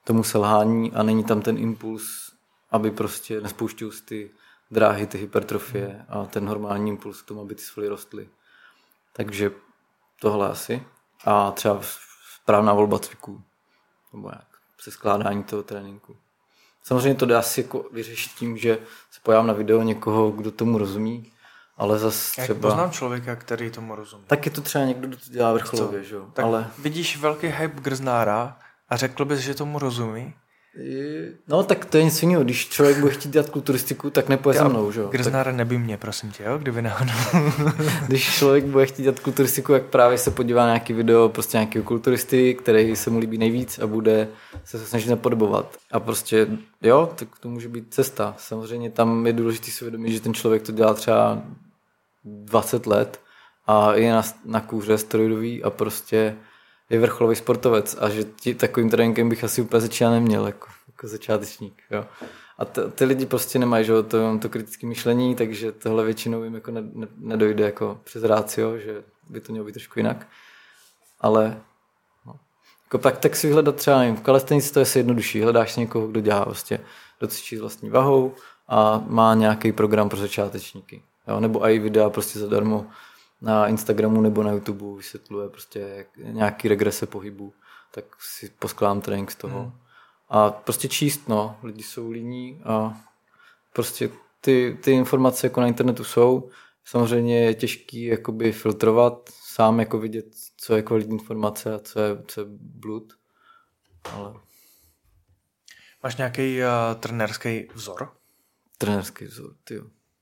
B: tomu selhání a není tam ten impuls, aby prostě nespouštěl ty dráhy, ty hypertrofie a ten normální impuls k tomu, aby ty svaly rostly. Takže tohle asi. A třeba správná volba cviků. Nebo jak přeskládání toho tréninku. Samozřejmě to dá si jako vyřešit tím, že se pojám na video někoho, kdo tomu rozumí, ale zase třeba...
A: Jak poznám člověka, který tomu rozumí?
B: Tak je to třeba někdo, kdo to dělá vrcholově, že jo?
A: Tak
B: ale...
A: vidíš velký hype Grznára a řekl bys, že tomu rozumí?
B: No tak to je něco jiného. Když člověk bude chtít dělat kulturistiku, tak nepoje za mnou, že jo?
A: Grznára nebyl mě, prosím tě, jo? Kdyby náhodou.
B: Když člověk bude chtít dělat kulturistiku, jak právě se podívá na nějaký video prostě nějakého kulturisty, který se mu líbí nejvíc a bude se snažit napodobovat. A prostě jo, tak to může být cesta. Samozřejmě tam je důležité si uvědomit, že ten člověk to dělá třeba dvacet let a je na, na kůře steroidový a prostě je vrcholový sportovec a že tí, takovým tréninkem bych asi úplně začínat neměl jako, jako začátečník. Jo. A t, ty lidi prostě nemají že, to, to kritické myšlení, takže tohle většinou jim jako ne, ne, nedojde jako přes rácio, že by to mělo být trošku jinak. Ale no. Jako tak, tak si hledat třeba, nevím, v kalistenici to je si jednodušší. Hledáš si někoho, kdo dělá prostě, docvičí s vlastní vahou a má nějaký program pro začátečníky. Jo. Nebo i videa prostě zadarmo na Instagramu nebo na YouTube vysvětluje prostě nějaký regrese pohybu, tak si poskládám trénink z toho. Hmm. A prostě číst, no, lidi jsou líní a prostě ty, ty informace jako na internetu jsou. Samozřejmě je těžký jakoby filtrovat, sám jako vidět, co je kvalitní informace a co je, co je blud. Ale...
A: Máš nějaký uh, trenérský vzor?
B: Trenérský vzor, tyjo.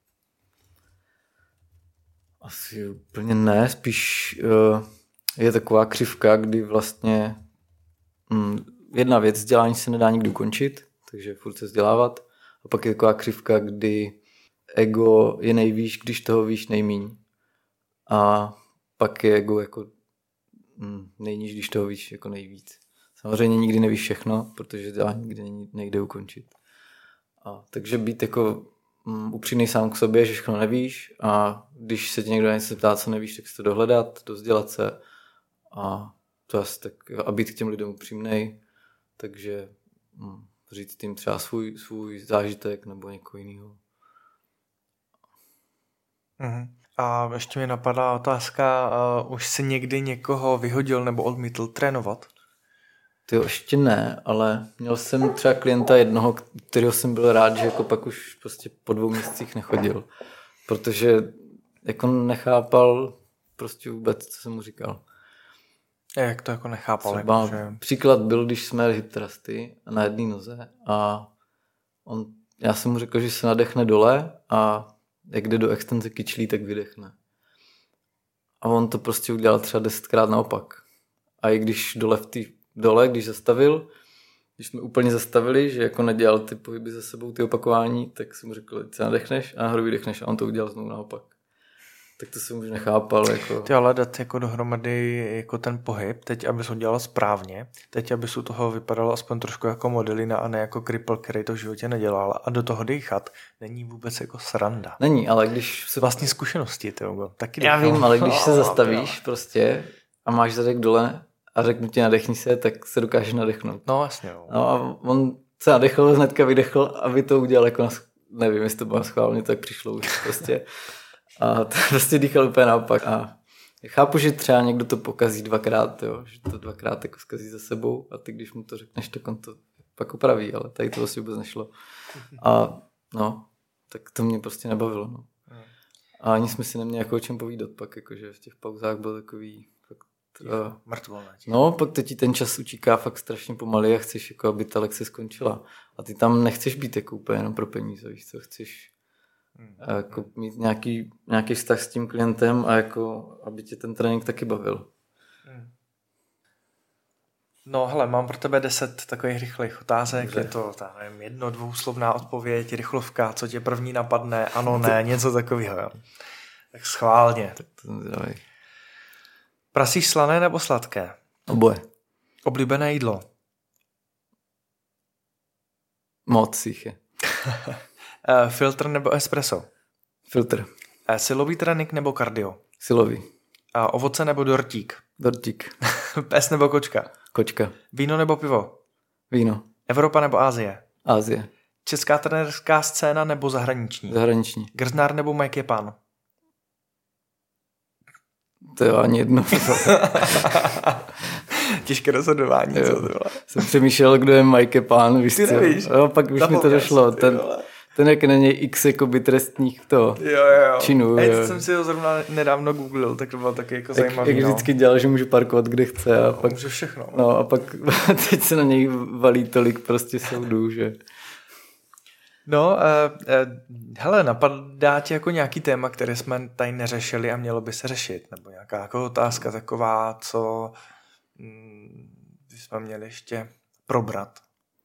B: Asi úplně ne, spíš uh, je taková křivka, kdy vlastně um, jedna věc, vzdělání se nedá nikdy ukončit, takže furt se vzdělávat. A pak je taková křivka, kdy ego je nejvýš, když toho víš nejmíň. A pak je ego jako um, nejníž, když toho víš jako nejvíc. Samozřejmě nikdy nevíš všechno, protože vzdělání nikdy nejde ukončit. A, takže být jako upřímný sám k sobě, že všechno nevíš a když se tě někdo něco ptá, co nevíš, tak si to dohledat, dozdělat se a to asi tak, a být k těm lidem upřímnej, takže hm, říct tím třeba svůj, svůj zážitek nebo někoho jiného.
A: Uh-huh. A ještě mi napadá otázka, uh, už jsi někdy někoho vyhodil nebo odmítl trénovat?
B: Ty ještě ne, ale měl jsem třeba klienta jednoho, kterého jsem byl rád, že jako pak už prostě po dvou měsících nechodil, protože jako nechápal prostě vůbec, co jsem mu říkal.
A: Jak to jako nechápal?
B: Třeba
A: jako, že...
B: Příklad byl, když jsme jeli hip thrusty na jedné noze a on, já jsem mu řekl, že se nadechne dole a jak jde do extenze kyčlí, tak vydechne. A on to prostě udělal třeba desetkrát naopak. A i když dole v té dole, když zastavil, když jsme úplně zastavili, že jako nedělal ty pohyby za sebou, ty opakování, tak jsem mu řekl, ty se nadechneš a nahoru vydechneš a on to udělal znovu naopak. Tak to jsem už nechápal. Jako...
A: Ty ale dát jako dohromady jako ten pohyb, teď abys ho dělal správně, teď abys u toho vypadal aspoň trošku jako modelina a ne jako kripl, který to v životě nedělal a do toho dýchat není vůbec jako sranda.
B: Není, ale když se...
A: Vlastní zkušenosti, tyjo, taky
B: já
A: doufám.
B: vím, ale když se zastavíš prostě a máš zadek dole a řeknu ti nadechni se, tak se dokážeš nadechnout.
A: No vlastně. Jo.
B: No a on se nadechl, hnedka vydechl, aby to udělal jako na, nevím, jestli to bylo schválně, tak přišlo už prostě. A to prostě dýchal úplně naopak. A chápu, že třeba někdo to pokazí dvakrát, jo, že to dvakrát jako zkazí za sebou a ty, když mu to řekneš, tak on to pak opraví, ale tady to vlastně vůbec nešlo. A no, tak to mě prostě nebavilo. No. A ani jsme si neměli jako o čem povídat pak, jakože v těch pauzách byl takový
A: Uh, mrtvolné.
B: No, pak to ti ten čas utíká fakt strašně pomaly a chceš, jako, aby ta lekce skončila. A ty tam nechceš být jako úplně jenom pro peníze, víš co, chceš hmm. jako, mít nějaký, nějaký vztah s tím klientem a jako, aby tě ten trénink taky bavil. Hmm.
A: No hele, mám pro tebe deset takových rychlých otázek.
B: Dobře.
A: Je to ta, nevím, jedno, dvouslovná odpověď, rychlovka, co tě první napadne, ano, ne, něco takového. Jo. Tak schválně.
B: Tak to jsem zdravý.
A: Prasíš slané nebo sladké?
B: Oboje.
A: Oblíbené jídlo?
B: Moc jich je.
A: Filtr nebo espresso?
B: Filtr.
A: Silový trénink nebo kardio?
B: Silový.
A: Ovoce nebo dortík?
B: Dortík.
A: Pes nebo kočka?
B: Kočka.
A: Víno nebo pivo?
B: Víno.
A: Evropa nebo Asie?
B: Asie.
A: Česká trenérská scéna nebo zahraniční?
B: Zahraniční.
A: Grznár nebo Mike Pan?
B: To je ani jedno.
A: Těžké rozhodování. Co to bylo?
B: Jsem přemýšlel, kdo je Mike Pan. Víš
A: Ty
B: co?
A: nevíš?
B: Jo, pak už mi to došlo. Ten, ten jak na něj x jakoby trestních to
A: jo, jo.
B: činů.
A: Teď
B: jo.
A: jsem si ho zrovna nedávno googlil, tak to bylo taky jako
B: jak,
A: zajímavý.
B: jak vždycky
A: no.
B: dělal, že může parkovat kde chce. A
A: No,
B: pak,
A: může všechno.
B: no a pak teď se na něj valí tolik prostě soudů, že...
A: No, uh, uh, hele, napadá ti jako nějaký téma, které jsme tady neřešili a mělo by se řešit? Nebo nějaká jako otázka taková, co mm, bychom měli ještě probrat?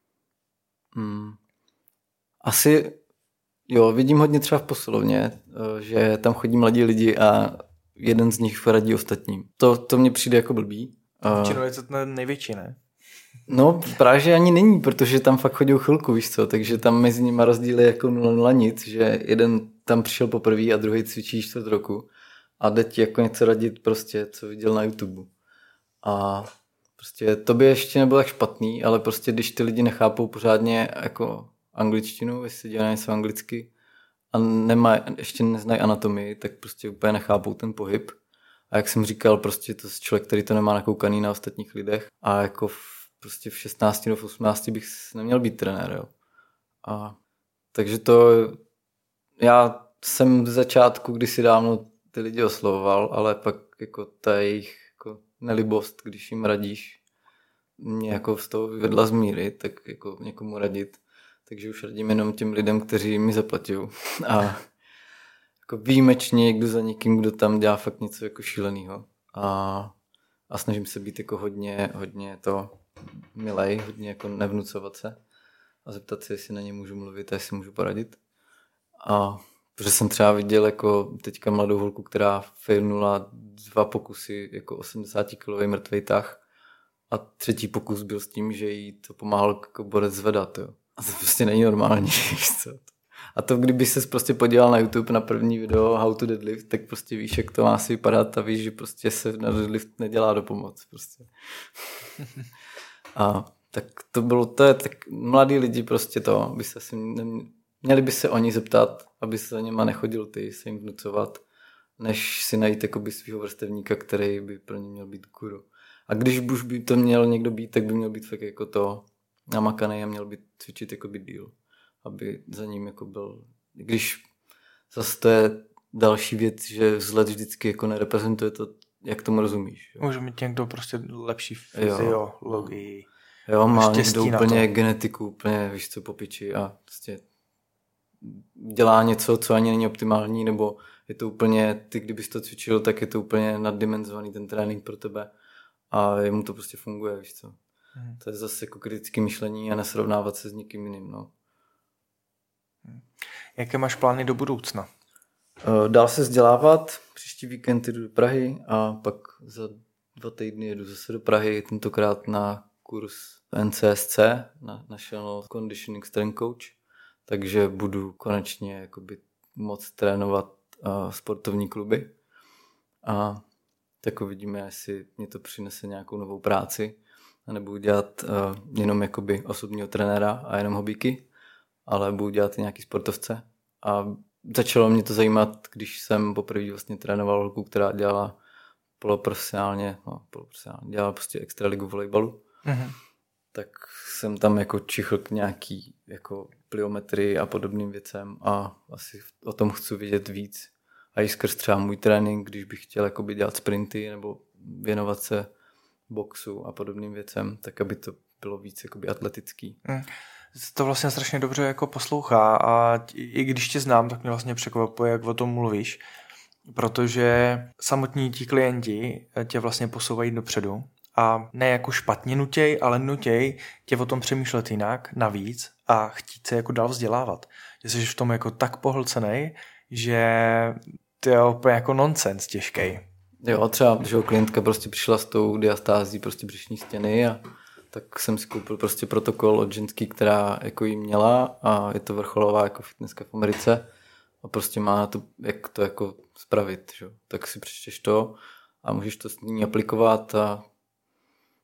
B: Hmm. Asi, jo, vidím hodně třeba v posilovně, že tam chodí mladí lidi a jeden z nich radí ostatním. To, to mně přijde jako blbý.
A: Většinou je to ten největší, ne?
B: No právě, že ani není, protože tam fakt chodí chvilku, víš co, takže tam mezi nimi rozdíly jako nula nula nic, že jeden tam přišel poprvé a druhý cvičí čtvrt roku a jde ti jako něco radit prostě, co viděl na YouTube. A prostě to by ještě nebylo tak špatný, ale prostě když ty lidi nechápou pořádně jako angličtinu, jestli dělají něco anglicky a nemá, ještě neznají anatomii, tak prostě úplně nechápou ten pohyb. A jak jsem říkal, prostě to je člověk, který to nemá nakoukaný na ostatních lidech a jako v, prostě v šestnácti nebo v osmnácti bych neměl být trenér, jo. A takže to, já jsem z začátku kdysi dávno ty lidi oslovoval, ale pak jako ta jejich jako nelibost, když jim radíš, mě jako z toho vyvedla z míry, tak jako někomu radit. Takže už radím jenom těm lidem, kteří mi zaplatí. A jako výjimečně někdo za někým, kdo tam dělá fakt něco jako šílenýho. A, a snažím se být jako hodně, hodně to milej, hodně jako nevnucovat se a zeptat se, jestli na ně můžu mluvit a jestli můžu poradit. A protože jsem třeba viděl jako teďka mladou holku, která failnula dva pokusy jako osmdesátikilový mrtvej tah a třetí pokus byl s tím, že jí to pomáhal jako borec zvedat. Jo. A to prostě není normální. Co? A to, kdyby ses prostě podíval na YouTube na první video How to deadlift, tak prostě víš, jak to má si vypadat a víš, že prostě se na deadlift nedělá do pomoc. Prostě. A tak to bylo, to je tak mladí lidi prostě to, by se asi neměli, měli by se oni zeptat, aby se za něma nechodil ty, se jim vnucovat, než si najít jakoby svýho vrstevníka, který by pro ně měl být guru. A když už by to měl někdo být, tak by měl být fakt jako to namakaný a měl by cvičit jako by díl, aby za ním jako byl, když zase to je další věc, že vzhled vždycky jako nereprezentuje to, jak tomu rozumíš. Jo.
A: Může mít někdo prostě lepší fyziologii.
B: Jo, má někdo úplně genetiku, úplně víš co po piči a prostě dělá něco, co ani není optimální, nebo je to úplně, ty kdybys to cvičil, tak je to úplně naddimenzovaný ten trénink pro tebe a jemu to prostě funguje, víš co. Hmm. To je zase jako kritické myšlení a nesrovnávat se s někým jiným, no.
A: Jaké máš plány do budoucna?
B: Dál se vzdělávat, příští víkend jdu do Prahy a pak za dva týdny jedu zase do Prahy, tentokrát na kurz N C S C, na National Conditioning Strength Coach, takže budu konečně jakoby moc trénovat uh, sportovní kluby a tak uvidíme, jestli mě to přinese nějakou novou práci a nebudu dělat uh, jenom jakoby osobního trenéra a jenom hobíky, ale budu dělat i nějaký sportovce a začalo mě to zajímat, když jsem poprvé vlastně trénoval holku, která dělala poloprofesionálně, no poloprofesionálně, dělala prostě extraligu volejbalu. Mm-hmm. Tak jsem tam jako čichl k nějaký jako pliometrii a podobným věcem a asi o tom chci vědět víc. A i skrz třeba můj trénink, když bych chtěl jakoby dělat sprinty nebo věnovat se boxu a podobným věcem, tak aby to bylo víc jakoby atletický. Mm.
A: To vlastně strašně dobře jako poslouchá a i když tě znám, tak mě vlastně překvapuje, jak o tom mluvíš, protože samotní ti klienti tě vlastně posouvají dopředu a ne jako špatně nutěj, ale nutěj tě o tom přemýšlet jinak, navíc a chtít se jako dál vzdělávat. Že jsi v tom jako tak pohlcenej, že to je úplně jako nonsens těžkej.
B: Jo, třeba, že klientka prostě přišla s tou diastází prostě břišní stěny a tak jsem si koupil prostě protokol od ženský, která jako jí měla a je to vrcholová jako fitnesska v Americe a prostě má to, jak to jako spravit, že? Tak si přečteš to a můžeš to s ní aplikovat a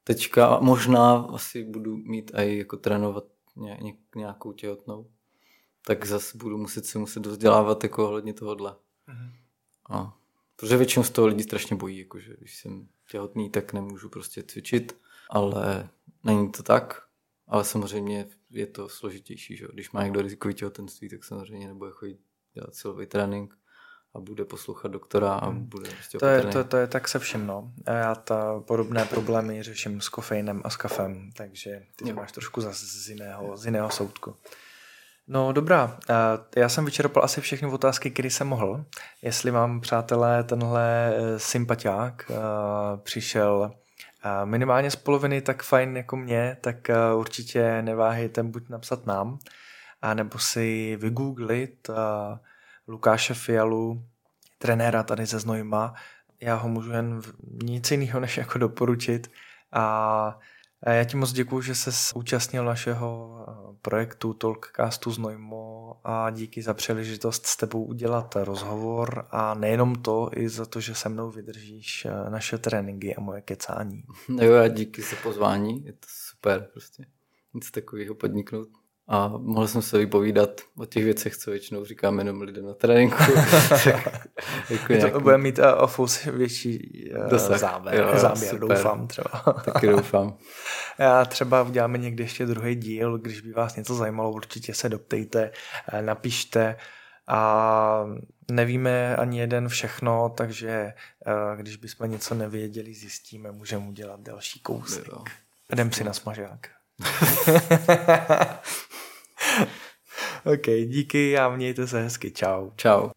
B: teďka možná asi budu mít i jako trénovat ně, ně, nějakou těhotnou, tak zase budu muset se muset dozdělávat jako ohledně tohohle. Mm-hmm. A, protože většinou z toho lidi strašně bojí, jakože když jsem těhotný, tak nemůžu prostě cvičit, ale není to tak, ale samozřejmě je to složitější, že? Když má někdo rizikový těhotenství, tak samozřejmě nebude chodit dělat silový trénink a bude poslouchat doktora a bude prostě
A: to je, to, to je tak se vším, no. Já ta podobné problémy řeším s kofeinem a s kafem, takže ty máš trošku zase z jiného, z jiného soudku. No dobrá, já jsem vyčerpal asi všechny otázky, které jsem mohl. Jestli vám, přátelé, tenhle sympatiák přišel minimálně z poloviny tak fajn jako mě, tak určitě neváhejte buď napsat nám, anebo si vygooglit Lukáše Fialu, trenéra tady ze Znojma. Já ho můžu jen nic jiného než jako doporučit. A já ti moc děkuju, že ses účastnil našeho projektu Talkcastu Znojmo a díky za příležitost s tebou udělat rozhovor a nejenom to, i za to, že se mnou vydržíš naše tréninky a moje kecání.
B: Jo, já díky za pozvání, je to super prostě nic takového podniknout. A mohl jsem se vypovídat o těch věcech, co většinou říkám jenom lidem na tréninku.
A: jako nějaký... To bude mít uh, o fous větší uh, Dosah, záběr, jo, záběr super. Doufám třeba.
B: Taky doufám.
A: Já třeba uděláme někdy ještě druhý díl, když by vás něco zajímalo, určitě se doptejte, napište. A nevíme ani jeden všechno, takže uh, když bychom něco nevěděli, zjistíme, můžeme udělat další kousek. Jo. Jdem si na smažák. OK, díky a mějte se hezky. Čau.
B: Čau.